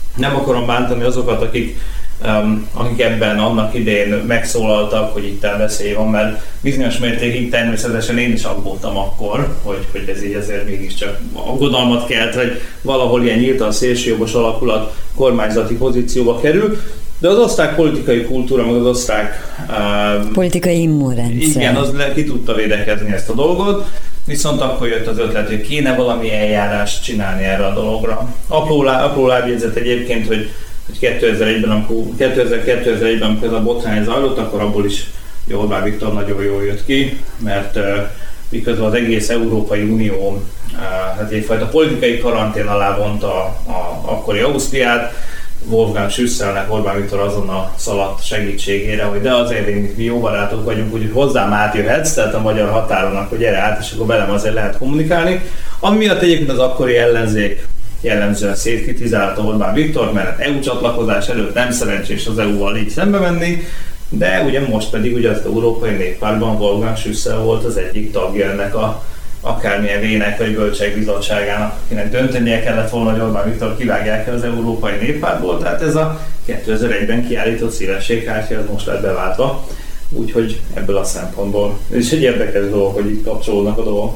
Nem akarom bántani azokat, akik, um, akik ebben annak idején megszólaltak, hogy itt elveszély van, mert bizonyos mértékig természetesen én is aggódtam akkor, hogy, hogy ez így azért mégiscsak aggodalmat kelt, hogy valahol ilyen nyíltan szélsőjobbos alakulat kormányzati pozícióba kerül. De az osztrák politikai kultúra, meg az osztrák uh, politikai immunrendszer. Igen, az le, ki tudta védekezni ezt a dolgot, viszont akkor jött az ötlet, hogy kéne valami eljárást csinálni erre a dologra. Apró, lá, apró lábjegyzet egyébként, hogy, hogy kétezer-egyben, amikor, kétezer-kettőben, amikor ez a botrány zajlott, akkor abból is Orbán Viktor nagyon jól jött ki, mert uh, miközben az egész Európai Unió uh, hát egyfajta politikai karantén alá vonta a, a akkori Ausztriát, Wolfgang Schüsselnek Orbán Viktor azonnal szaladt segítségére, hogy de azért én, mi jó barátok vagyunk, úgyhogy hozzám átjöhetsz, tehát a magyar határonak, hogy gyere át, és akkor velem azért lehet kommunikálni. Ami miatt egyébként az akkori ellenzék jellemzően szétkritizálta Orbán Viktor, mert é u csatlakozás előtt nem szerencsés az é u-val így szembe menni, de ugye most pedig ugye az Európai Néppártban Wolfgang Schüssel volt az egyik tagja ennek a akármilyen vének vagy bölcségbizottságának, akinek döntenie kellett volna, hogy Orbán Viktor kivágják el az Európai Néppártból, tehát ez a kétezer-egyben kiállított szívességkártya, az most lett beváltva, úgyhogy ebből a szempontból. És egy érdekes dolog, hogy itt kapcsolódnak a dolgok.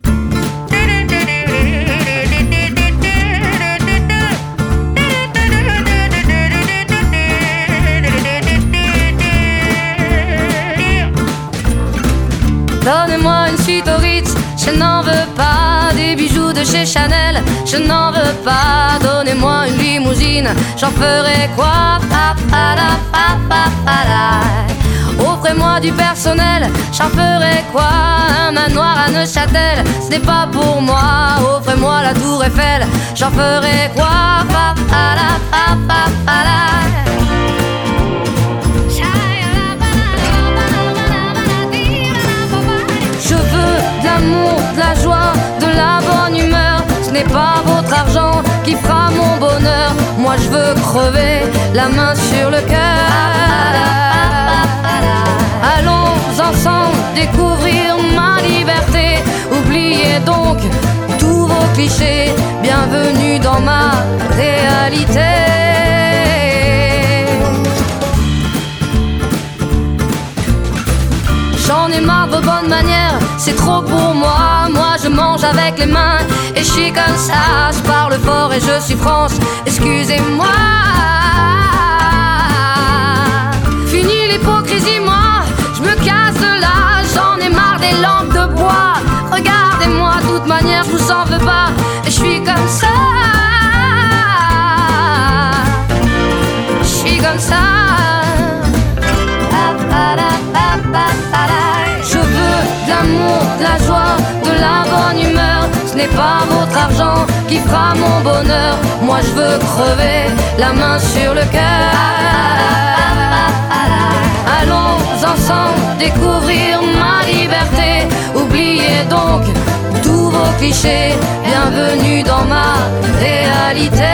Donnez-moi une suite au Ritz, je n'en veux pas. Des bijoux de chez Chanel, je n'en veux pas. Donnez-moi une limousine, j'en ferai quoi? Pa, pa, la, pa, pa, pa, la. Offrez-moi du personnel, j'en ferai quoi? Un manoir à Neuchâtel, ce n'est pas pour moi. Offrez-moi la tour Eiffel, j'en ferai quoi? Pa, pa, la, pa, pa, pa, la. Je veux de l'amour, de la joie, de la bonne humeur. Ce n'est pas votre argent qui fera mon bonheur. Moi je veux crever la main sur le cœur. Allons ensemble découvrir ma liberté. Oubliez donc tous vos clichés. Bienvenue dans ma réalité. J'en ai marre de vos bonnes manières, c'est trop pour moi. Moi je mange avec les mains et je suis comme ça. Je parle fort et je suis France, excusez-moi. Fini l'hypocrisie, moi, je me casse de là. J'en ai marre des lampes de bois. Regardez-moi, de toute manière je vous en veux pas. Et je suis comme ça. Je suis comme ça. Je veux de l'amour, de la joie, de la bonne humeur. Ce n'est pas votre argent qui fera mon bonheur. Moi je veux crever la main sur le cœur. Allons ensemble découvrir ma liberté. Oubliez donc tous vos clichés. Bienvenue dans ma réalité.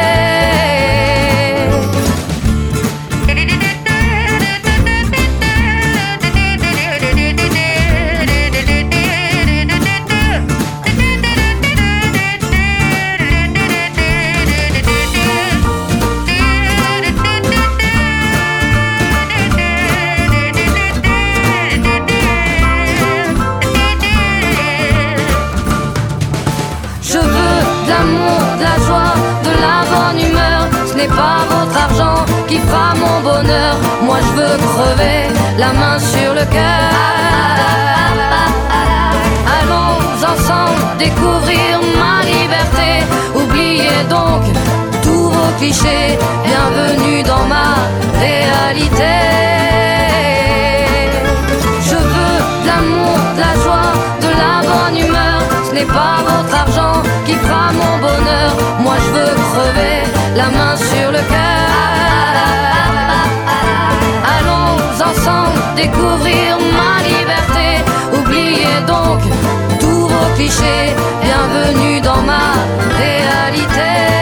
Ce n'est pas votre argent qui fera mon bonheur. Moi je veux crever la main sur le cœur. Allons ensemble découvrir ma liberté. Oubliez donc tous vos clichés. Bienvenue dans ma réalité. Je veux de l'amour, de la joie, de la bonne humeur. Ce n'est pas votre argent qui fera mon bonheur. Moi je veux crever la main sur le cœur. Allons ensemble découvrir ma liberté. Oubliez donc tous vos clichés. Bienvenue dans ma réalité.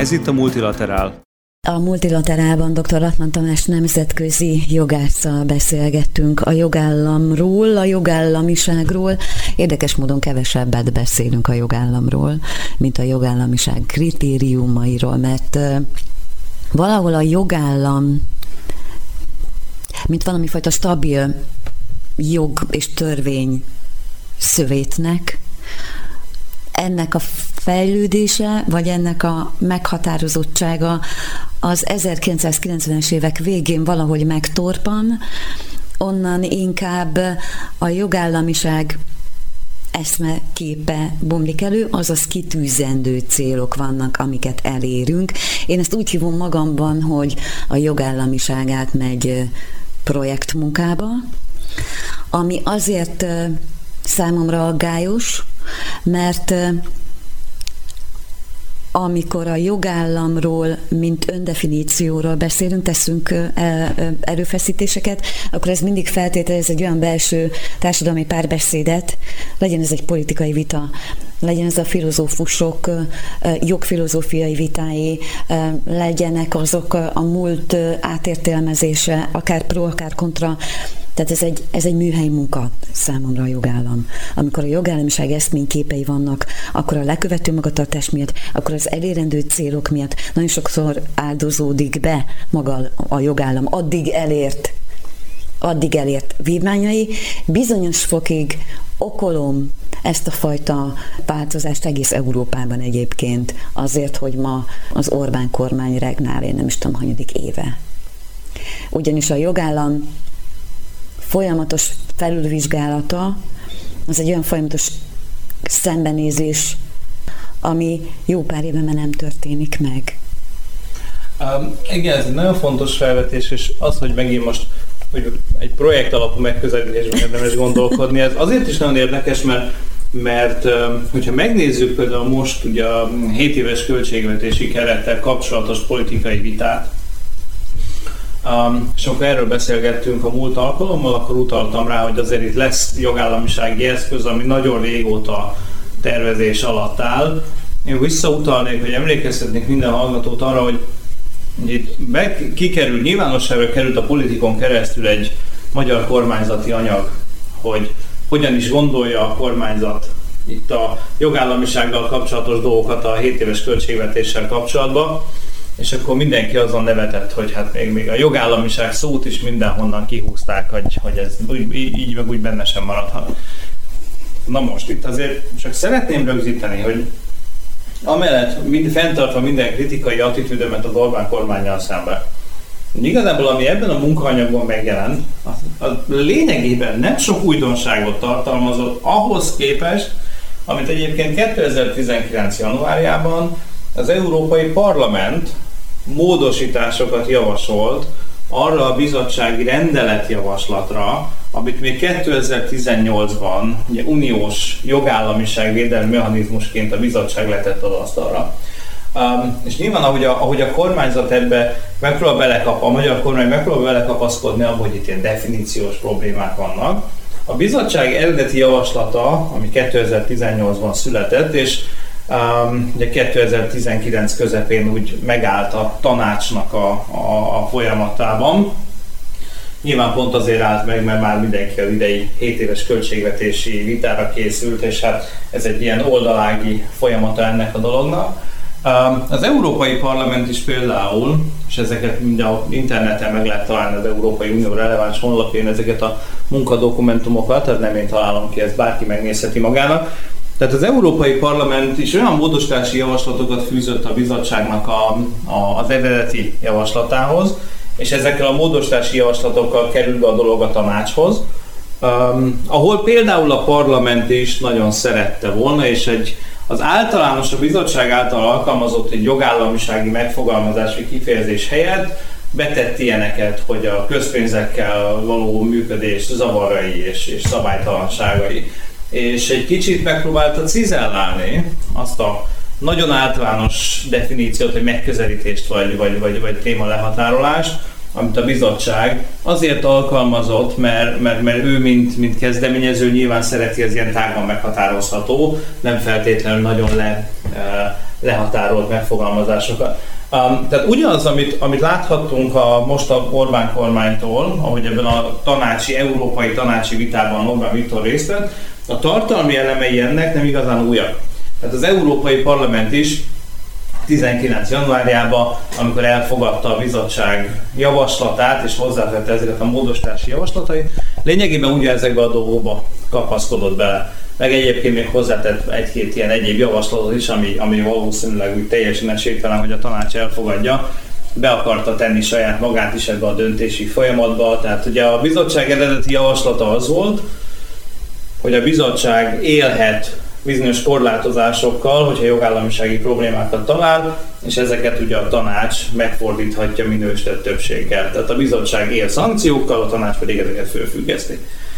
Ez itt a Multilaterál. A Multilaterálban dr. Latman Tamás nemzetközi jogásszal beszélgettünk a jogállamról, a jogállamiságról. Érdekes módon kevesebbet beszélünk a jogállamról, mint a jogállamiság kritériumairól, mert valahol a jogállam, mint valami fajta stabil jog és törvény szövétnek, ennek a fejlődése, vagy ennek a meghatározottsága az ezerkilencszázkilencvenes évek végén valahogy megtorpan, onnan inkább a jogállamiság eszmeképe bomlik elő, azaz kitűzendő célok vannak, amiket elérünk. Én ezt úgy hívom magamban, hogy a jogállamiság átmegy projektmunkába, ami azért számomra aggályos, mert amikor a jogállamról, mint öndefinícióról beszélünk, teszünk erőfeszítéseket, akkor ez mindig feltételez egy olyan belső társadalmi párbeszédet, legyen ez egy politikai vita, legyen ez a filozófusok jogfilozófiai vitái, legyenek azok a múlt átértelmezése, akár pro, akár kontra. Tehát ez egy, ez egy műhelyi munka számomra a jogállam. Amikor a jogállamiság eszményképei vannak, akkor a lekövető magatartás miatt, akkor az elérendő célok miatt nagyon sokszor áldozódik be maga a jogállam addig elért, addig elért vívmányai. Bizonyos fokig okolom ezt a fajta változást egész Európában egyébként, azért, hogy ma az Orbán kormány regnál, én nem is tudom, hanyadik éve. Ugyanis a jogállam folyamatos felülvizsgálata, az egy olyan folyamatos szembenézés, ami jó pár éve már nem történik meg. Um, igen, ez egy nagyon fontos felvetés, és az, hogy megint most hogy egy projekt alapú megközelítésben érdemes gondolkodni, ez azért is nagyon érdekes, mert, mert hogyha megnézzük például most ugye a hét éves költségvetési kerettel kapcsolatos politikai vitát, Um, és amikor erről beszélgettünk a múlt alkalommal, akkor utaltam rá, hogy azért itt lesz jogállamisági eszköz, ami nagyon régóta tervezés alatt áll. Én visszautalnék, hogy emlékeztetnék minden hallgatót arra, hogy itt be, kikerül, nyilvánosságra került a Politikon keresztül egy magyar kormányzati anyag, hogy hogyan is gondolja a kormányzat itt a jogállamisággal kapcsolatos dolgokat a hét éves költségvetéssel kapcsolatban. És akkor mindenki azon nevetett, hogy hát még, még a jogállamiság szót is mindenhonnan kihúzták, hogy, hogy ez úgy, így meg úgy benne sem maradhat. Na most itt azért csak szeretném rögzíteni, hogy amellett mind, fenntartva minden kritikai attitűdömet az Orbán kormánnyal szemben, igazából ami ebben a munkaanyagban megjelent, az, az lényegében nem sok újdonságot tartalmazott ahhoz képest, amit egyébként kétezer-tizenkilenc januárjában az Európai Parlament módosításokat javasolt arra a bizottsági rendeletjavaslatra, amit még kétezer-tizennyolcban ugye, uniós jogállamiságvédelmi mechanizmusként a bizottság letett az asztalra. Um, és nyilván, ahogy a, ahogy a kormányzat ebbe megpróbál belekap, a magyar kormány megpróbál belekapaszkodni abba, hogy itt ilyen definíciós problémák vannak, a bizottság eredeti javaslata, ami kétezer-tizennyolcban született, és Um, ugye kétezer-tizenkilenc közepén úgy megállt a tanácsnak a, a, a folyamatában. Nyilván pont azért állt meg, mert már mindenki az idei hét éves költségvetési vitára készült, és hát ez egy ilyen oldalági folyamata ennek a dolognak. Um, az Európai Parlament is például, és ezeket mind az interneten meg lehet találni az Európai Unió releváns honlapján ezeket a munkadokumentumokat, tehát nem én találom ki, ezt bárki megnézheti magának. Tehát az Európai Parlament is olyan módosítási javaslatokat fűzött a bizottságnak a, a, az eredeti javaslatához, és ezekkel a módosítási javaslatokkal került be a dolog a tanácshoz, um, ahol például a parlament is nagyon szerette volna, és egy, az általános, a bizottság által alkalmazott egy jogállamisági megfogalmazási kifejezés helyett betett ilyeneket, hogy a közpénzekkel való működés zavarai és, és szabálytalanságai. És egy kicsit megpróbálta cizellálni azt a nagyon általános definíciót, vagy megközelítést, vagy, vagy, vagy, vagy téma lehatárolást, amit a bizottság azért alkalmazott, mert, mert, mert ő, mint, mint kezdeményező, nyilván szereti, ez ilyen tágan meghatározható, nem feltétlenül nagyon le lehatárolt megfogalmazásokat. Um, tehát ugyanaz, amit, amit láthattunk a, most a Orbán kormánytól, ahogy ebben a tanácsi, európai tanácsi vitában Orbán Viktor részt vett, a tartalmi elemei ennek nem igazán újak. Tehát az Európai Parlament is tizenkilenc januárjában, amikor elfogadta a bizottság javaslatát és hozzátette ezeket a módosítási javaslatait, lényegében ugye ezekbe a dolgokba kapaszkodott bele. Meg egyébként még hozzátett egy-két ilyen egyéb javaslatot is, ami, ami valószínűleg úgy teljesen esélytelen, hogy a tanács elfogadja. Be akarta tenni saját magát is ebbe a döntési folyamatba. Tehát ugye a bizottság eredeti javaslata az volt, hogy a bizottság élhet bizonyos korlátozásokkal, hogyha jogállamisági problémákat talál, és ezeket ugye a tanács megfordíthatja minősített többséggel. Tehát a bizottság él szankciókkal, a tanács pedig ezeket fölfüggeszti.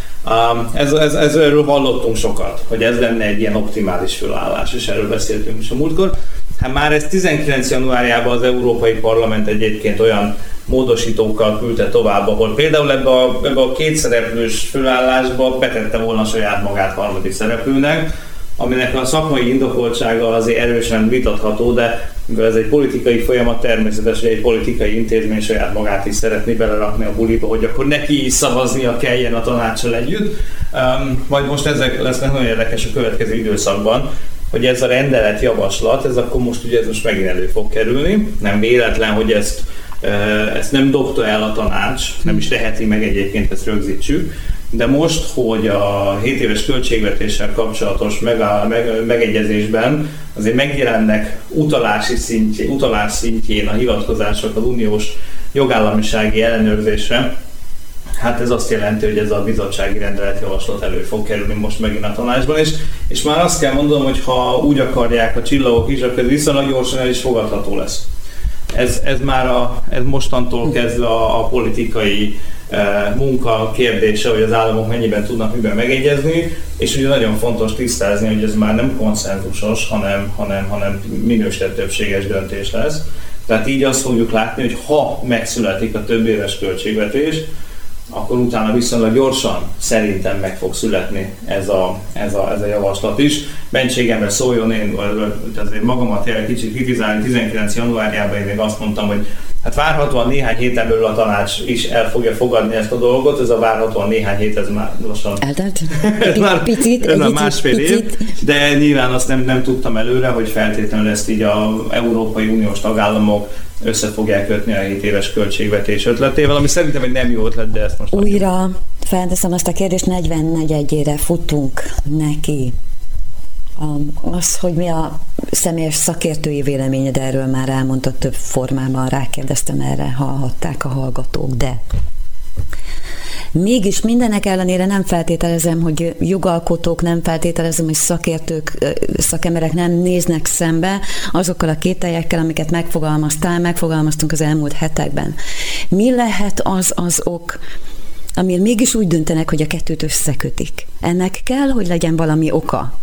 Ez, ez, ez, erről hallottunk sokat, hogy ez lenne egy ilyen optimális fölállás, és erről beszéltünk is a múltkor. Hát már ez tizenkilenc januárjában az Európai Parlament egyébként olyan módosítókkal küldte tovább, ahol például ebbe a, ebbe a kétszereplős fölállásba betette volna saját magát harmadik szereplőnek, aminek a szakmai indokoltsága azért erősen vitatható, de mivel ez egy politikai folyamat, természetes, hogy egy politikai intézmény saját magát is szeretné belerakni a buliba, hogy akkor neki is szavaznia kelljen a tanácssal együtt. Um, majd most ezek lesznek nagyon érdekes a következő időszakban, hogy ez a rendelet javaslat, ez akkor most ugye ez most megint elő fog kerülni. Nem véletlen, hogy ezt, ezt nem dobta el a tanács, nem is teheti meg egyébként, ezt rögzítsük. De most, hogy a hét éves költségvetéssel kapcsolatos megáll, meg, megegyezésben azért megjelennek utalási szintjén, utalás szintjén a hivatkozások az uniós jogállamisági ellenőrzésre, hát ez azt jelenti, hogy ez a bizottsági rendeletjavaslat elő fog kerülni most megint a tanácsban, és, és már azt kell mondanom, hogy ha úgy akarják a csillagok is, akkor ez viszonylag gyorsan el is fogadható lesz. Ez, ez már a, ez mostantól kezdve a, a politikai e, munka kérdése, hogy az államok mennyiben tudnak miben megegyezni, és ugye nagyon fontos tisztázni, hogy ez már nem konszenzusos, hanem, hanem, hanem minősített többséges döntés lesz. Tehát így azt fogjuk látni, hogy ha megszületik a több éves költségvetés, akkor utána viszonylag gyorsan szerintem meg fog születni ez a, ez a, ez a javaslat is. Mentségemre szóljon, én azért magamat egy kicsit kritizálni, tizenkilenc januárjában én még azt mondtam, hogy hát várhatóan néhány héten belül a tanács is el fogja fogadni ezt a dolgot, ez a várhatóan néhány hét, ez már lassan... Eltelt? ez már, picit, ez már másfél év, de nyilván azt nem, nem tudtam előre, hogy feltétlenül ezt így az Európai Uniós tagállamok össze fogják kötni a hét éves költségvetés ötletével, ami szerintem egy nem jó ötlet, de ezt most... Újra felteszem azt a kérdést, negyvennegyedjére futunk neki. Az, hogy mi a személyes szakértői véleményed erről, már elmondta több formában, rákérdeztem erre, hallhatták a hallgatók, de mégis mindenek ellenére nem feltételezem, hogy jogalkotók, nem feltételezem, hogy szakértők, szakemberek nem néznek szembe azokkal a kételyekkel, amiket megfogalmaztál, megfogalmaztunk az elmúlt hetekben. Mi lehet az az ok, amiért mégis úgy döntenek, hogy a kettőt összekötik? Ennek kell, hogy legyen valami oka.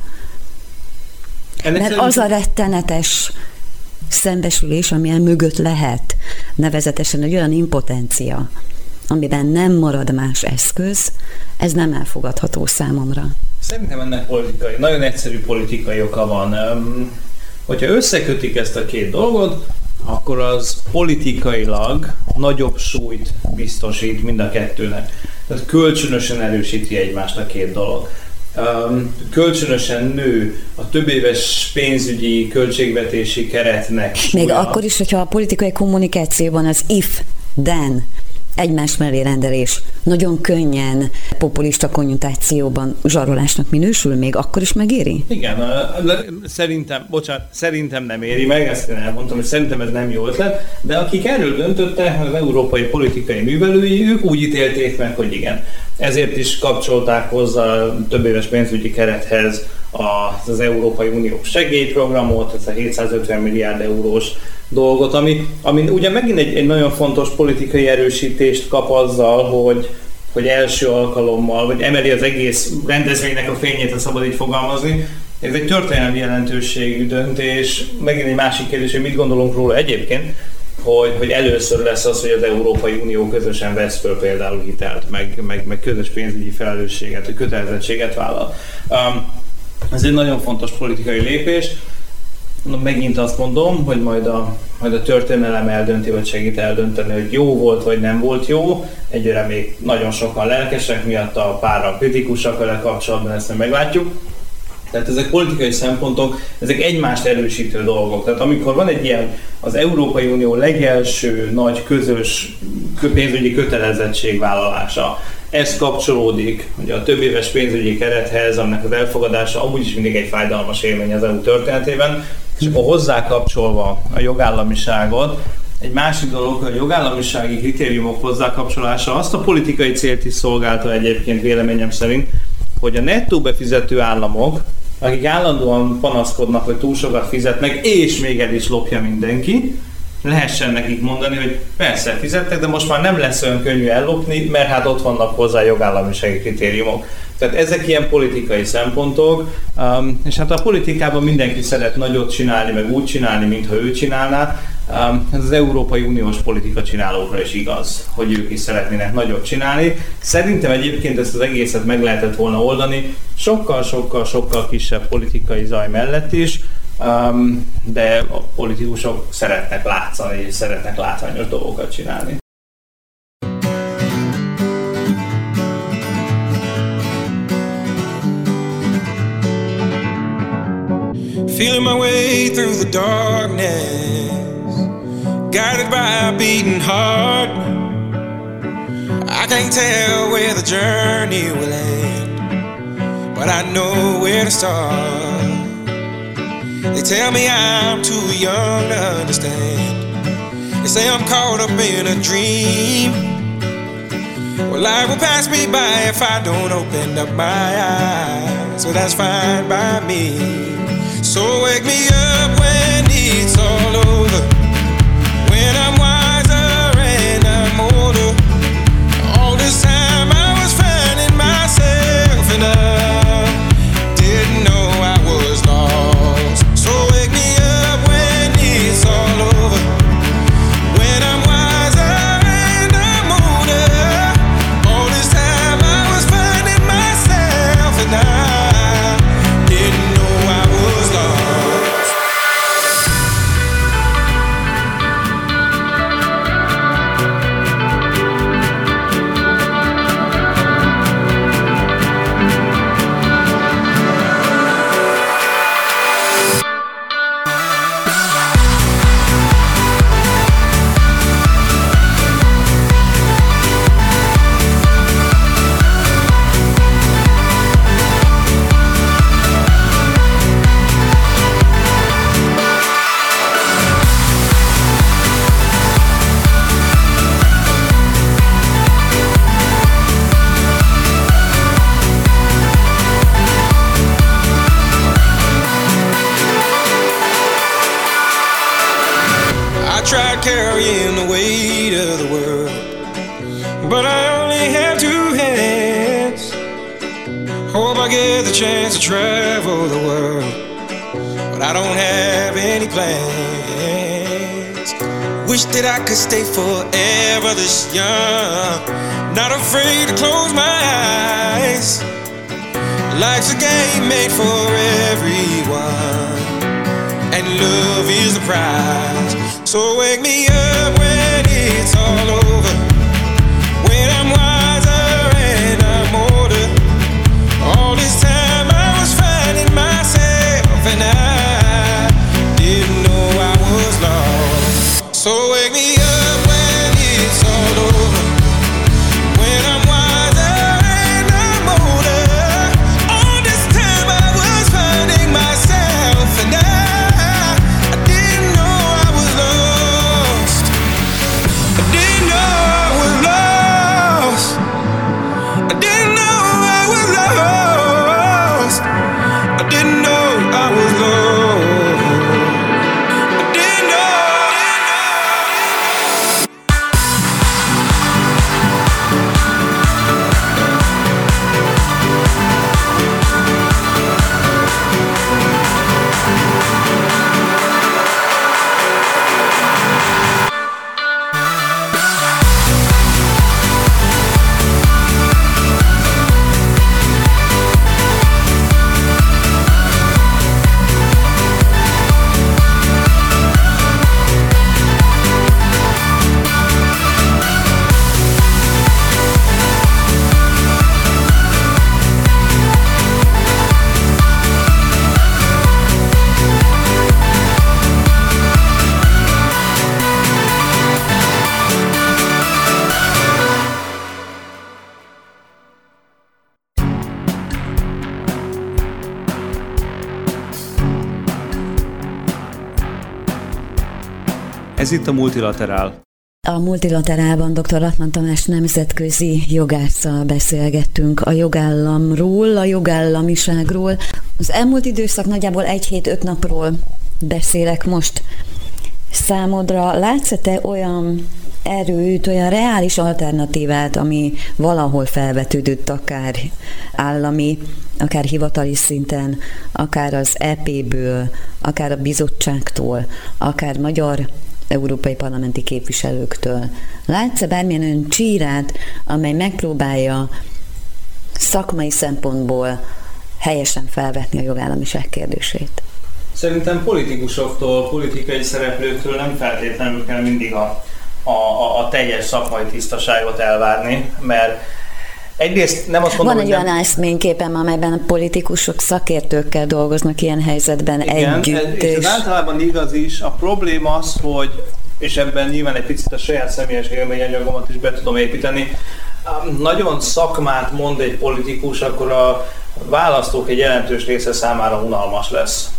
Ennek Mert az a rettenetes szembesülés, amilyen mögött lehet, nevezetesen egy olyan impotencia, amiben nem marad más eszköz, ez nem elfogadható számomra. Szerintem ennek politikai, nagyon egyszerű politikai oka van. Hogyha összekötik ezt a két dolgot, akkor az politikailag nagyobb súlyt biztosít mind a kettőnek. Tehát kölcsönösen erősíti egymást a két dolog. Kölcsönösen nő a többéves pénzügyi költségvetési keretnek súlya. Még akkor is, hogyha a politikai kommunikációban az if, then egymás mellé rendelés nagyon könnyen populista konjunktációban zsarolásnak minősül, még akkor is megéri? Igen, szerintem, bocsánat, szerintem nem éri meg, ezt én elmondtam, hogy szerintem ez nem jó ötlet, de akik erről döntöttek, az európai politikai művelői, ők úgy ítélték meg, hogy igen. Ezért is kapcsolták hozzá a többéves pénzügyi kerethez az Európai Uniós segélyprogramot, ez a hétszázötven milliárd eurós dolgot, ami, ami ugye megint egy, egy nagyon fontos politikai erősítést kap azzal, hogy, hogy első alkalommal, vagy emeli az egész rendezvénynek a fényét, ha szabad így fogalmazni. Ez egy történelmi jelentőségű döntés, megint egy másik kérdés, hogy mit gondolunk róla egyébként, hogy, hogy először lesz az, hogy az Európai Unió közösen vesz föl például hitelt, meg, meg, meg közös pénzügyi felelősséget, vagy kötelezettséget vállal. Um, ez egy nagyon fontos politikai lépés. megint azt mondom, hogy majd a, majd a történelem eldönti, vagy segít eldönteni, hogy jó volt, vagy nem volt jó. Egyre még nagyon sokan lelkesek, miatt a páran kritikusak vele kapcsolatban, ezt nem meglátjuk. Tehát ezek politikai szempontok, ezek egymást erősítő dolgok. Tehát amikor van egy ilyen az Európai Unió legelső nagy közös pénzügyi kötelezettségvállalása, ez kapcsolódik ugye a több éves pénzügyi kerethez, aminek az elfogadása amúgy is mindig egy fájdalmas élmény az é u történetében, és akkor hozzá kapcsolva a jogállamiságot, egy másik dolog, hogy a jogállamisági kritériumok hozzákapcsolása azt a politikai célt is szolgálta egyébként véleményem szerint, hogy a nettó befizető államok, akik állandóan panaszkodnak, hogy túl sokat fizetnek, és még el is lopja mindenki, lehessen nekik mondani, hogy persze fizettek, de most már nem lesz olyan könnyű ellopni, mert hát ott vannak hozzá jogállamisági kritériumok. Tehát ezek ilyen politikai szempontok, um, és hát a politikában mindenki szeret nagyot csinálni, meg úgy csinálni, mintha ő csinálná. Um, ez az Európai Uniós politika csinálókra is igaz, hogy ők is szeretnének nagyot csinálni. Szerintem egyébként ezt az egészet meg lehetett volna oldani sokkal-sokkal-sokkal kisebb politikai zaj mellett is, um, de a politikusok szeretnek látszani, és szeretnek látványos dolgokat csinálni. Feeling my way through the darkness, guided by a beating heart. I can't tell where the journey will end, but I know where to start. They tell me I'm too young to understand. They say I'm caught up in a dream. Well, life will pass me by if I don't open up my eyes, so that's fine by me. So wake me up when it's all over, when I'm wiser and I'm older. All this time I was finding myself and I didn't know I was lost. So wake me up when it's all over, when I'm wiser and I'm older. All this time I was finding myself and I didn't know I was lost. I tried carrying the weight of the world, but I only have two hands. Hope I get the chance to travel the world, but I don't have any plans. Wish that I could stay forever this young, not afraid to close my eyes. Life's a game made for everyone, and love is the prize. So wake me up when it's all over, when I'm wiser and I'm older. All this time I was finding myself and I didn't know I was lost. So wake me up when it's all over, when I'm wiser and I'm older. All this time I was finding myself and I I didn't know I was lost. I didn't know Ez itt a Multilaterál. A Multilaterálban dr. Latman Tamás nemzetközi jogásszal beszélgettünk a jogállamról, a jogállamiságról. Az elmúlt időszak nagyjából egy hét, öt napról beszélek most. Számodra látsz-e te olyan erőt, olyan reális alternatívát, ami valahol felvetődött akár állami, akár hivatali szinten, akár az é pé-ből, akár a bizottságtól, akár magyar európai parlamenti képviselőktől. Látsz-e bármilyen olyan csírát, amely megpróbálja szakmai szempontból helyesen felvetni a jogállamiság kérdését? Szerintem politikusoktól, politikai szereplőktől nem feltétlenül kell mindig a, a, a teljes szakmai tisztaságot elvárni, mert egyrészt nem azt mondom, van egy hogy olyan ászményképem, amelyben a politikusok szakértőkkel dolgoznak ilyen helyzetben igen, együtt. És ez általában igaz is. A probléma az, hogy, és ebben nyilván egy picit a saját személyes élményanyagomat is be tudom építeni, nagyon szakmát mond egy politikus, akkor a választók egy jelentős része számára unalmas lesz.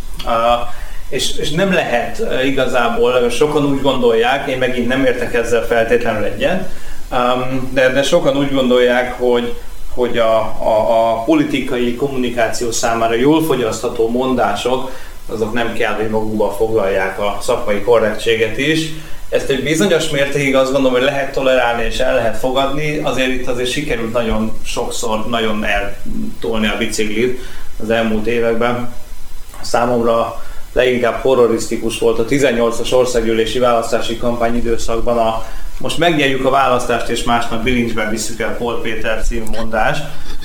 És, és nem lehet igazából, sokan úgy gondolják, én megint nem értek ezzel feltétlenül egyet, de, de sokan úgy gondolják, hogy, hogy a, a, a politikai kommunikáció számára jól fogyasztható mondások, azok nem kell, hogy magukba foglalják a szakmai korrektséget is. Ezt egy bizonyos mértékig azt gondolom, hogy lehet tolerálni és el lehet fogadni, azért itt azért sikerült nagyon sokszor nagyon eltolni a biciklit az elmúlt években. Számomra leginkább horrorisztikus volt a tizennyolcas országgyűlési választási kampány időszakban a most megnyerjük a választást és másnap bilincsben visszük el Pól Péter című mondás,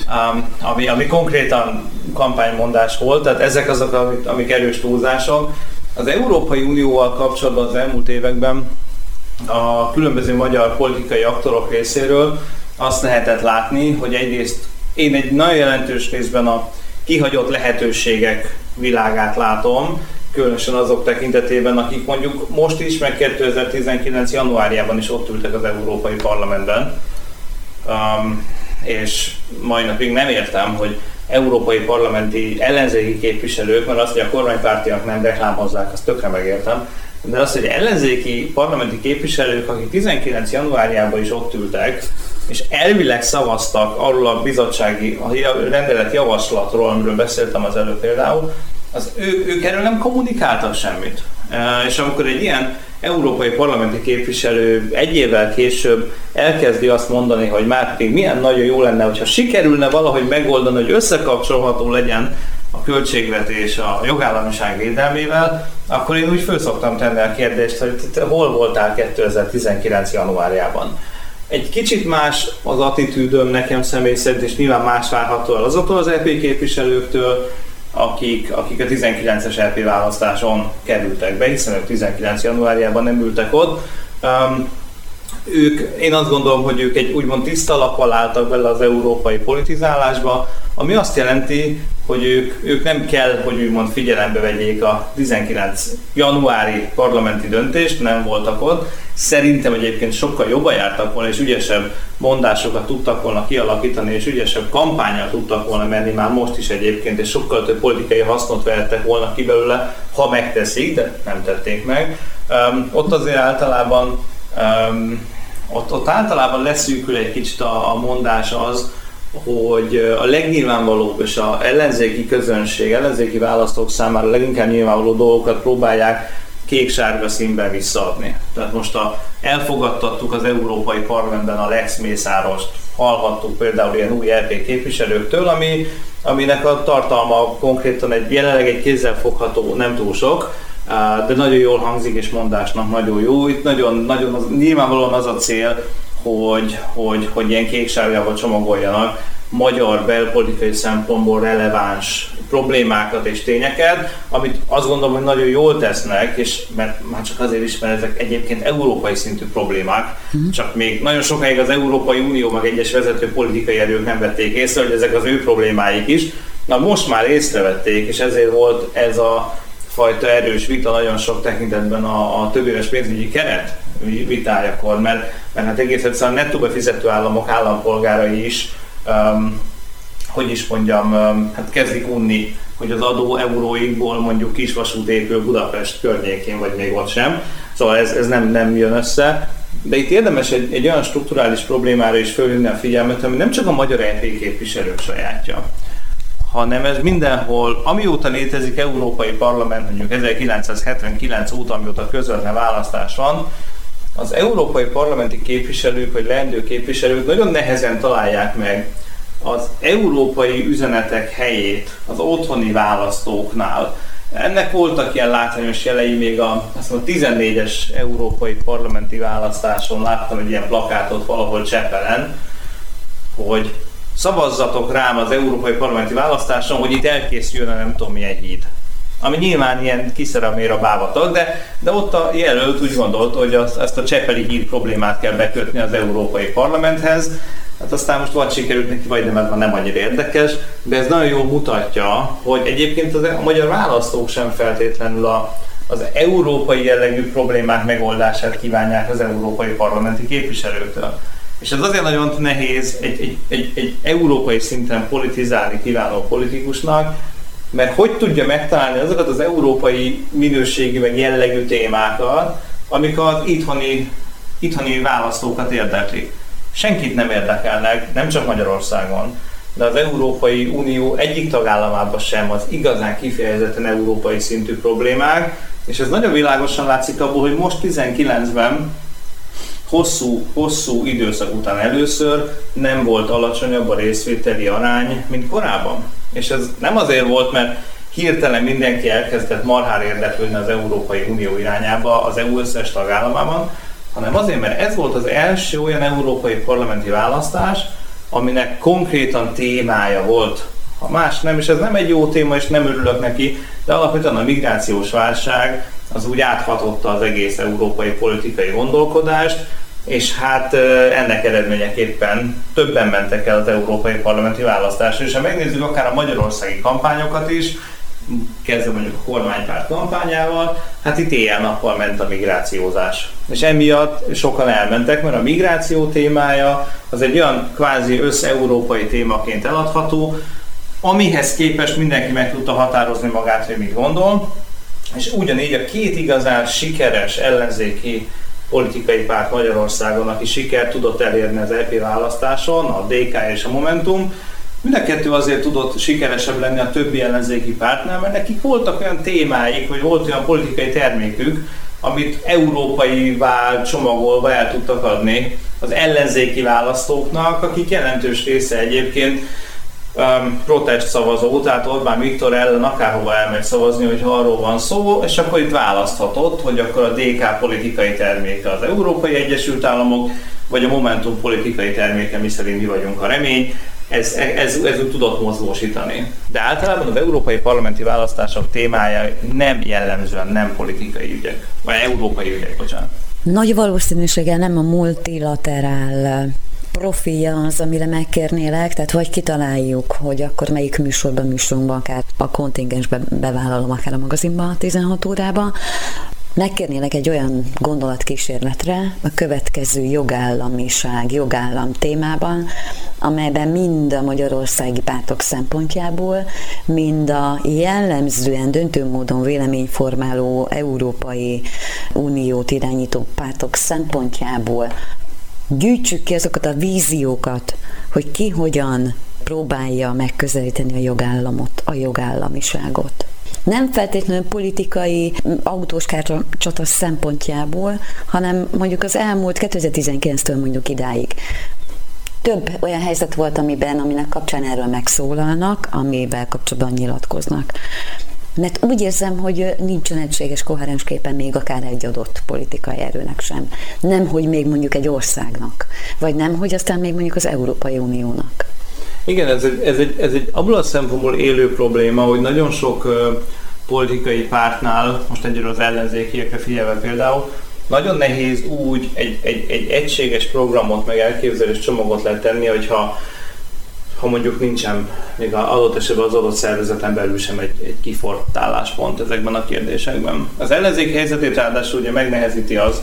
ami, ami konkrétan kampánymondás volt, tehát ezek azok, amik, amik erős túlzások. Az Európai Unióval kapcsolatban az elmúlt években a különböző magyar politikai aktorok részéről azt lehetett látni, hogy egyrészt én egy nagyon jelentős részben a kihagyott lehetőségek világát látom, különösen azok tekintetében, akik mondjuk most is, meg kétezer-tizenkilenc januárjában is ott ültek az Európai Parlamentben. Um, és mai napig nem értem, hogy európai parlamenti ellenzéki képviselők, mert azt, hogy a kormánypártiak nem reklámozzák, azt tökre megértem, de azt, hogy ellenzéki parlamenti képviselők, akik tizenkilenc januárjában is ott ültek, és elvileg szavaztak arról a bizottsági a rendelet javaslatról, amiről beszéltem az előbb például, az ő, ők erről nem kommunikáltak semmit. E, és amikor egy ilyen európai parlamenti képviselő egy évvel később elkezdi azt mondani, hogy már pedig milyen nagyon jó lenne, hogyha sikerülne valahogy megoldani, hogy összekapcsolható legyen a költségvetés a jogállamiság védelmével, akkor én úgy föl szoktam tenni a kérdést, hogy te hol voltál kétezer-tizenkilenc januárjában. Egy kicsit más az attitűdöm nekem személy szerint, és nyilván más várható el azoktól az é pé képviselőktől, akik, akik a tizenkilences é pé választáson kerültek be, hiszen ők tizenkilenc januárjában nem ültek ott. Um, ők, én azt gondolom, hogy ők egy úgymond tiszta lappal álltak bele az európai politizálásba, ami azt jelenti, hogy ők, ők nem kell, hogy úgymond figyelembe vegyék a tizenkilenc januári parlamenti döntést, nem voltak ott. Szerintem egyébként sokkal jobban jártak volna, és ügyesebb mondásokat tudtak volna kialakítani, és ügyesebb kampányal tudtak volna menni már most is egyébként, és sokkal több politikai hasznot vehettek volna ki belőle, ha megteszik, de nem tették meg. Um, ott azért általában um, ott, ott általában leszűkül egy kicsit a, a mondás az, hogy a legnyilvánvalóbb és az ellenzéki közönség, ellenzéki választók számára leginkább nyilvánvaló dolgokat próbálják kék-sárga színben visszaadni. Tehát most a, elfogadtattuk az Európai Parlamentben a Lex Mészárost, hallhattuk például ilyen új é pé képviselőktől, ami, aminek a tartalma konkrétan egy, jelenleg egy kézzelfogható, nem túl sok, de nagyon jól hangzik és mondásnak nagyon jó. Itt nagyon, nagyon az, nyilvánvalóan az a cél, hogy, hogy, hogy ilyen kék-sárgával csomagoljanak magyar belpolitikai szempontból releváns problémákat és tényeket, amit azt gondolom, hogy nagyon jól tesznek, és mert már csak azért is, mert ezek egyébként európai szintű problémák, mm. csak még nagyon sokáig az Európai Unió meg egyes vezető politikai erők nem vették észre, hogy ezek az ő problémáik is. Na most már észrevették, és ezért volt ez a fajta erős vita nagyon sok tekintetben a, a többéves pénzügyi keret vitájakor, mert, mert hát egész egyszerűen a nettó befizető államok állampolgárai is, um, hogy is mondjam, um, hát kezdik unni, hogy az adó euróikból mondjuk kisvasút épül Budapest környékén, vagy még ott sem. Szóval ez, ez nem, nem jön össze. De itt érdemes egy, egy olyan strukturális problémára is fölhívni a figyelmet, ami nem csak a magyar é pé képviselők sajátja, hanem ez mindenhol, amióta létezik Európai Parlament, mondjuk ezerkilencszázhetvenkilenc óta, amióta közvetlen választás van, az európai parlamenti képviselők, vagy leendő képviselők nagyon nehezen találják meg az európai üzenetek helyét az otthoni választóknál. Ennek voltak ilyen látványos jelei még a, azt mondom, a tizennégyes európai parlamenti választáson. Láttam egy ilyen plakátot valahol Csepelen, hogy szavazzatok rám az európai parlamenti választáson, hogy itt elkészüljön a nem tudom milyen híd. Ami nyilván ilyen kiszeramér a bávatak, de, de ott a jelölt úgy gondolta, hogy az, ezt a csepeli híd problémát kell bekötni az európai parlamenthez. Hát aztán most vagy sikerült neki, vagy nem, ez már nem annyira érdekes, de ez nagyon jól mutatja, hogy egyébként az, a magyar választók sem feltétlenül a, az európai jellegű problémák megoldását kívánják az európai parlamenti képviselőktől. És ez azért nagyon nehéz egy, egy, egy, egy európai szinten politizálni kívánó politikusnak, mert hogy tudja megtalálni azokat az európai minőségi meg jellegű témákat, amik az itthoni, itthoni választókat érdeklik. Senkit nem érdekelnek, nem csak Magyarországon, de az Európai Unió egyik tagállamában sem az igazán kifejezetten európai szintű problémák, és ez nagyon világosan látszik abból, hogy most tizenkilencben hosszú, hosszú időszak után először nem volt alacsonyabb a részvételi arány, mint korábban. És ez nem azért volt, mert hirtelen mindenki elkezdett marhára érdeklődni az Európai Unió irányába az é u összes tagállamában, hanem azért, mert ez volt az első olyan európai parlamenti választás, aminek konkrétan témája volt. Ha más nem, és ez nem egy jó téma, és nem örülök neki, de alapvetően a migrációs válság az úgy áthatotta az egész európai politikai gondolkodást, és hát ennek eredményeképpen többen mentek el az európai parlamenti választásra, és ha megnézzük akár a magyarországi kampányokat is, kezdve mondjuk a kormánypárt kampányával, hát itt éjjel-nappal ment a migrációzás. És emiatt sokan elmentek, mert a migráció témája az egy olyan kvázi összeurópai témaként eladható, amihez képest mindenki meg tudta határozni magát, hogy mit gondol, és ugyanígy a két igazán sikeres ellenzéki politikai párt Magyarországon, aki sikert tudott elérni az é pé választáson, a dé ká és a Momentum, mind a kettő azért tudott sikeresebb lenni a többi ellenzéki pártnál, mert nekik voltak olyan témáik, vagy volt olyan politikai termékük, amit európaivá csomagolva el tudtak adni az ellenzéki választóknak, akik jelentős része egyébként um, protest szavazó, tehát Orbán Viktor ellen akárhova elmegy szavazni, hogyha arról van szó, és akkor itt választhatott, hogy akkor a dé ká politikai terméke az Európai Egyesült Államok, vagy a Momentum politikai terméke, miszerint mi vagyunk a remény. Ez, ez, ez úgy tudott mozgósítani. De általában az európai parlamenti választások témája nem jellemzően nem politikai ügyek, vagy európai ügyek, bocsánat. Nagy valószínűséggel nem a multilaterál profilja az, amire megkérnélek, tehát vagy kitaláljuk, hogy akkor melyik műsorban, műsorunkban, akár a kontingensbe bevállalom, akár a magazinban a tizenhat órában, megkérnélek egy olyan gondolatkísérletre a következő jogállamiság, jogállam témában, amelyben mind a magyarországi pártok szempontjából, mind a jellemzően döntő módon véleményformáló Európai Uniót irányító pártok szempontjából gyűjtsük ki azokat a víziókat, hogy ki hogyan próbálja megközelíteni a jogállamot, a jogállamiságot. Nem feltétlenül politikai autós csata szempontjából, hanem mondjuk az elmúlt kétezer-tizenkilenctől mondjuk idáig. Több olyan helyzet volt, amiben, aminek kapcsán erről megszólalnak, amivel kapcsolatban nyilatkoznak. Mert úgy érzem, hogy nincsen egységes, koherens képen még akár egy adott politikai erőnek sem. Nem, hogy még mondjuk egy országnak, vagy nem, hogy aztán még mondjuk az Európai Uniónak. Igen, ez egy, ez egy, ez egy abból a szempontból élő probléma, hogy nagyon sok uh, politikai pártnál, most egyről az ellenzékiekre figyelve például, nagyon nehéz úgy egy, egy, egy egységes programot, meg elképzelés csomagot lehet tenni, hogyha ha mondjuk nincsen még az adott esetben az adott szervezeten belül sem egy, egy kiforrt álláspont ezekben a kérdésekben. Az ellenzék helyzetét ráadásul ugye megnehezíti az,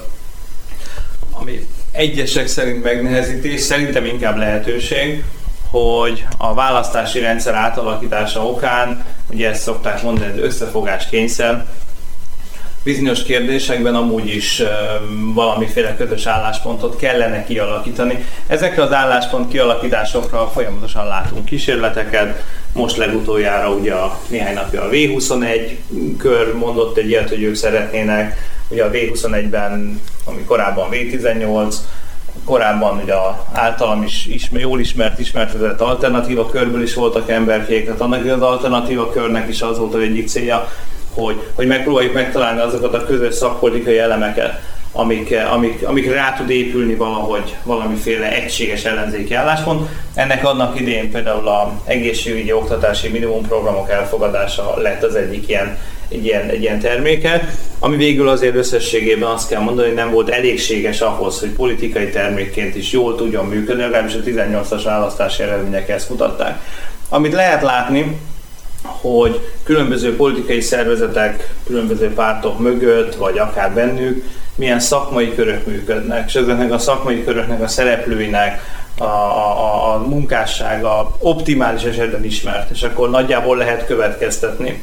ami egyesek szerint megnehezítés, szerintem inkább lehetőség, hogy a választási rendszer átalakítása okán, ugye ezt szokták mondani, hogy összefogás kényszer, bizonyos kérdésekben amúgy is valamiféle közös álláspontot kellene kialakítani. Ezekre az álláspont kialakításokra folyamatosan látunk kísérleteket. Most legutoljára ugye a néhány napja a vé huszonegy kör mondott egy ilyet, hogy ők szeretnének. Ugye a vé huszonegyben, ami korábban vé tizennyolc, korábban ugye a általam is ismer, jól ismert, ismertetett alternatíva körből is voltak emberkék, tehát annak az alternatíva körnek is az volt az egyik célja, hogy, hogy megpróbáljuk megtalálni azokat a közös szakpolitikai elemeket, amik, amik, amik rá tud épülni valahogy valamiféle egységes ellenzéki álláspont. Ennek annak idején például az egészségügyi oktatási minimumprogramok elfogadása lett az egyik ilyen, egy ilyen, egy ilyen terméke, ami végül azért összességében azt kell mondani, hogy nem volt elégséges ahhoz, hogy politikai termékként is jól tudjon működni, legalábbis a tizennyolcas választási eredmények ezt mutatták. Amit lehet látni, hogy különböző politikai szervezetek, különböző pártok mögött, vagy akár bennük milyen szakmai körök működnek, és ezeknek a szakmai köröknek a szereplőinek a, a, a munkássága optimális esetben ismert, és akkor nagyjából lehet következtetni.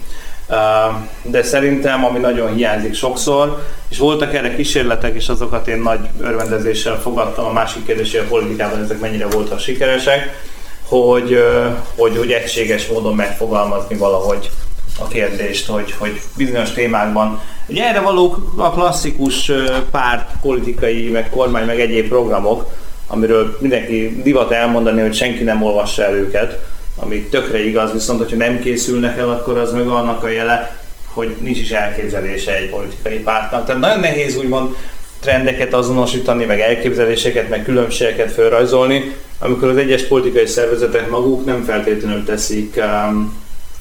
De szerintem, ami nagyon hiányzik sokszor, és voltak erre kísérletek, és azokat én nagy örvendezéssel fogadtam, a másik kérdés, hogy a politikában ezek mennyire voltak sikeresek, hogy, hogy, hogy egységes módon megfogalmazni valahogy a kérdést, hogy, hogy bizonyos témákban. Ugye erre valók a klasszikus párt, politikai, meg kormány, meg egyéb programok, amiről mindenki divat elmondani, hogy senki nem olvassa el őket, ami tökre igaz, viszont hogyha nem készülnek el, akkor az meg annak a jele, hogy nincs is elképzelése egy politikai pártnak. Tehát nagyon nehéz úgymond trendeket azonosítani, meg elképzeléseket, meg különbségeket felrajzolni, amikor az egyes politikai szervezetek maguk nem feltétlenül teszik um,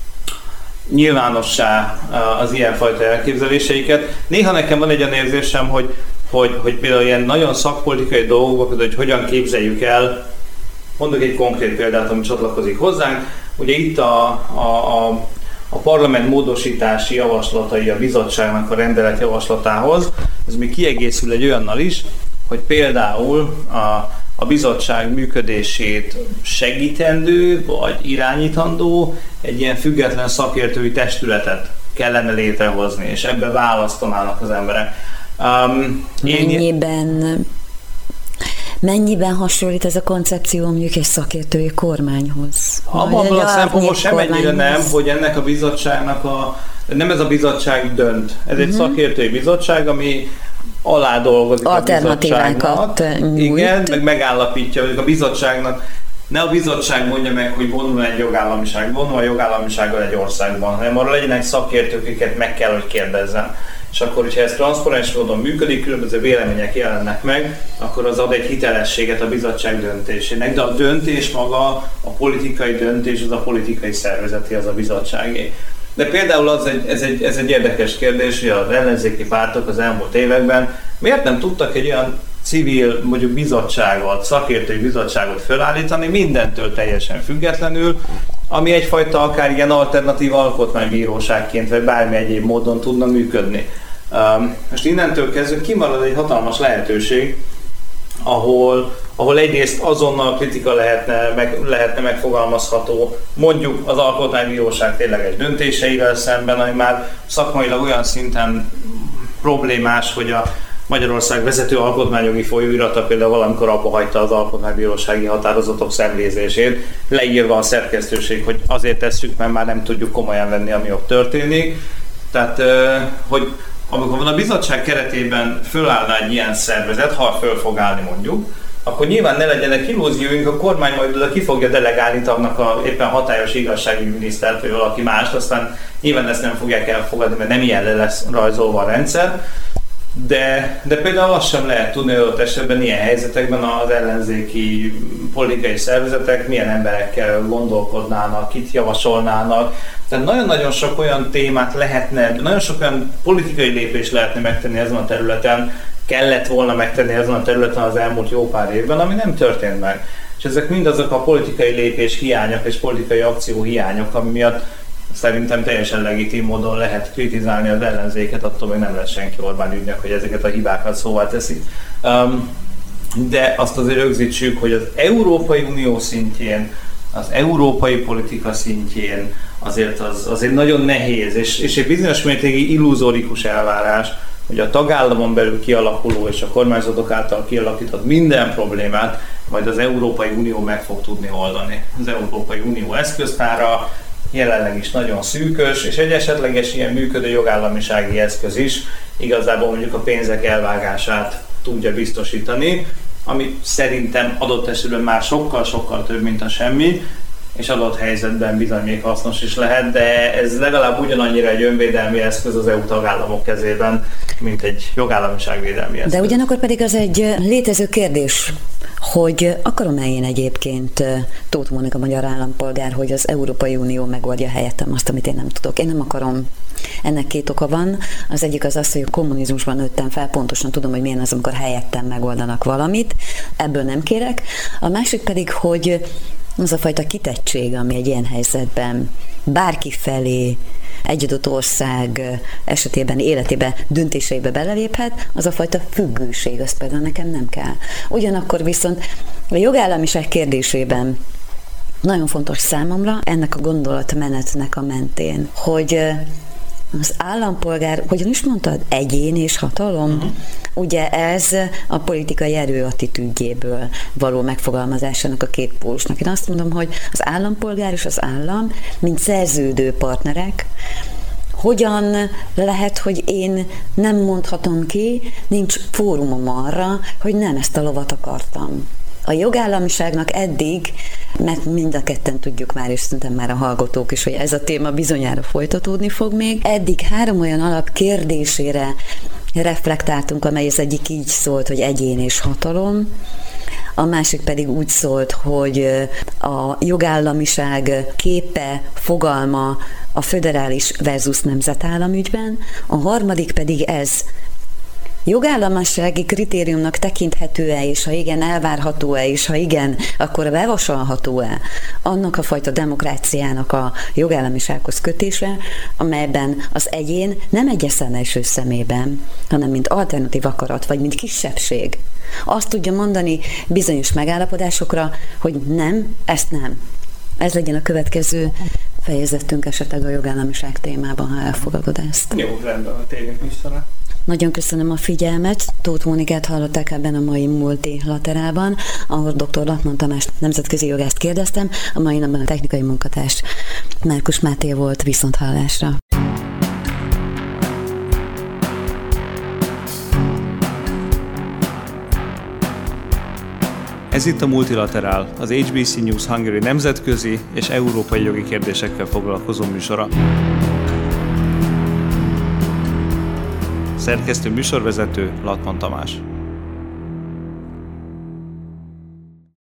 nyilvánossá uh, az ilyenfajta elképzeléseiket. Néha nekem van egy olyan érzésem, hogy, hogy, hogy például ilyen nagyon szakpolitikai dolgok, hogy hogyan képzeljük el. Mondok egy konkrét példát, ami csatlakozik hozzánk. Ugye itt a, a, a, a parlament módosítási javaslatai a bizottságnak a rendelet javaslatához, ez még kiegészül egy olyannal is, hogy például a, a bizottság működését segítendő vagy irányítandó egy ilyen független szakértői testületet kellene létrehozni, és ebbe választanának az emberek. Um, Mennyiben... Mennyiben hasonlít ez a koncepció mondjuk egy szakértői kormányhoz? Abban a szempontból sem ennyire nem, hogy ennek a bizottságnak a... Nem ez a bizottság dönt. Ez uh-huh. egy szakértői bizottság, ami alá dolgozik a bizottságnak. Igen, meg megállapítja, hogy a bizottságnak ne a bizottság mondja meg, hogy vonul egy jogállamiság, vonul a jogállamisággal egy országban, hanem arra legyenek szakértők, akiket meg kell, hogy kérdezzen. És akkor, hogyha ez transzparens módon működik, különböző vélemények jelennek meg, akkor az ad egy hitelességet a bizottság döntésének. De a döntés maga, a politikai döntés, az a politikai szervezeti, az a bizottságé. De például az egy, ez, egy, ez egy érdekes kérdés, hogy az ellenzéki pártok az elmúlt években miért nem tudtak egy olyan civil, mondjuk bizottságot, szakértői bizottságot felállítani, mindentől teljesen függetlenül, ami egyfajta akár ilyen alternatív alkotmánybíróságként, vagy bármi egyéb módon tudna működni. Um, most innentől kezdve kimarad egy hatalmas lehetőség, ahol, ahol egyrészt azonnal kritika lehetne, meg, lehetne megfogalmazható, mondjuk az alkotmánybíróság tényleges döntéseivel szemben, ami már szakmailag olyan szinten problémás, hogy a Magyarország vezető alkotmányjogi folyóirata például valamikor abba hagyta az alkotmánybírósági határozatok szemlézését, leírva a szerkesztőség, hogy azért tesszük, mert már nem tudjuk komolyan venni, ami ott történik. Tehát, hogy amikor van a bizottság keretében fölállna egy ilyen szervezet, ha föl fog állni mondjuk, akkor nyilván ne legyenek illúzióink, a kormány majd oda ki fogja delegálni tagnak a éppen hatályos igazságügyi minisztert, vagy valaki mást, aztán nyilván ezt nem fogják elfogadni, mert nem ilyen le lesz rajzolva a rendszer. De, de például azt sem lehet tudni, hogy ott esetben ilyen helyzetekben az ellenzéki politikai szervezetek milyen emberekkel gondolkodnának, kit javasolnának. Tehát nagyon-nagyon sok olyan témát lehetne, nagyon sok olyan politikai lépést lehetne megtenni ezen a területen, kellett volna megtenni ezen a területen az elmúlt jó pár évben, ami nem történt meg. És ezek mind azok a politikai lépés hiányok és politikai akció hiányok, ami miatt szerintem teljesen legitim módon lehet kritizálni az ellenzéket, attól még nem lesz senki Orbán ügynek, hogy ezeket a hibákat szóval teszi. Um, de azt azért rögzítsük, hogy az Európai Unió szintjén, az európai politika szintjén, azért az azért nagyon nehéz, és, és egy bizonyos mértékig illuzórikus elvárás, hogy a tagállamon belül kialakuló és a kormányzatok által kialakított minden problémát majd az Európai Unió meg fog tudni oldani. Az Európai Unió eszköztára jelenleg is nagyon szűkös, és egy esetleges ilyen működő jogállamisági eszköz is igazából mondjuk a pénzek elvágását tudja biztosítani, ami szerintem adott esetben már sokkal-sokkal több, mint a semmi, és adott helyzetben bizony még hasznos is lehet, de ez legalább ugyanannyira egy önvédelmi eszköz az é u tagállamok kezében, mint egy jogállamiságvédelmi eszköz. De ugyanakkor pedig az egy létező kérdés, hogy akarom-e én egyébként, Tóth Mónika magyar állampolgár, hogy az Európai Unió megoldja helyettem azt, amit én nem tudok. Én nem akarom. Ennek két oka van. Az egyik az az, hogy a kommunizmusban nőttem fel, pontosan tudom, hogy milyen az, amikor helyettem megoldanak valamit. Ebből nem kérek. A másik pedig, hogy az a fajta kitettség, ami egy ilyen helyzetben bárki felé, egy adott ország esetében, életébe, döntéseibe beleléphet, az a fajta függőség, az például nekem nem kell. Ugyanakkor viszont a jogállamiság kérdésében nagyon fontos számomra ennek a gondolatmenetnek a mentén, hogy az állampolgár, hogyan is mondtad, egyén és hatalom? Uh-huh. Ugye ez a politikai erő attitűdjéből való megfogalmazásának a két pólusnak. Én azt mondom, hogy az állampolgár és az állam, mint szerződő partnerek, hogyan lehet, hogy én nem mondhatom ki, nincs fórumom arra, hogy nem ezt a lovat akartam. A jogállamiságnak eddig, mert mind a ketten tudjuk már, és szerintem már a hallgatók is, hogy ez a téma bizonyára folytatódni fog még, eddig három olyan alapkérdésére reflektáltunk, amely az egyik így szólt, hogy egyén és hatalom, a másik pedig úgy szólt, hogy a jogállamiság képe, fogalma a föderális versus nemzetállam ügyben, a harmadik pedig ez, jogállamisági kritériumnak tekinthető-e, és ha igen, elvárható-e, és ha igen, akkor bevasalható-e annak a fajta demokráciának a jogállamisághoz kötése, amelyben az egyén nem egyes első szemében, hanem mint alternatív akarat, vagy mint kisebbség. Azt tudja mondani bizonyos megállapodásokra, hogy nem, ezt nem. Ez legyen a következő fejezetünk esetleg a jogállamiság témában, ha elfogadod ezt. Jó, rendben, térjünk vissza. Nagyon köszönöm a figyelmet. Tóth Mónikát hallották ebben a mai multilaterálban, ahol dr. Latman Tamás nemzetközi jogászt kérdeztem, a mai napban a technikai munkatárs Márkus Máté volt. Viszonthallásra. Ez itt a Multilaterál, az há bé cé News Hungary nemzetközi és európai jogi kérdésekkel foglalkozó műsora. Szerkesztő műsorvezető Latman Tamás.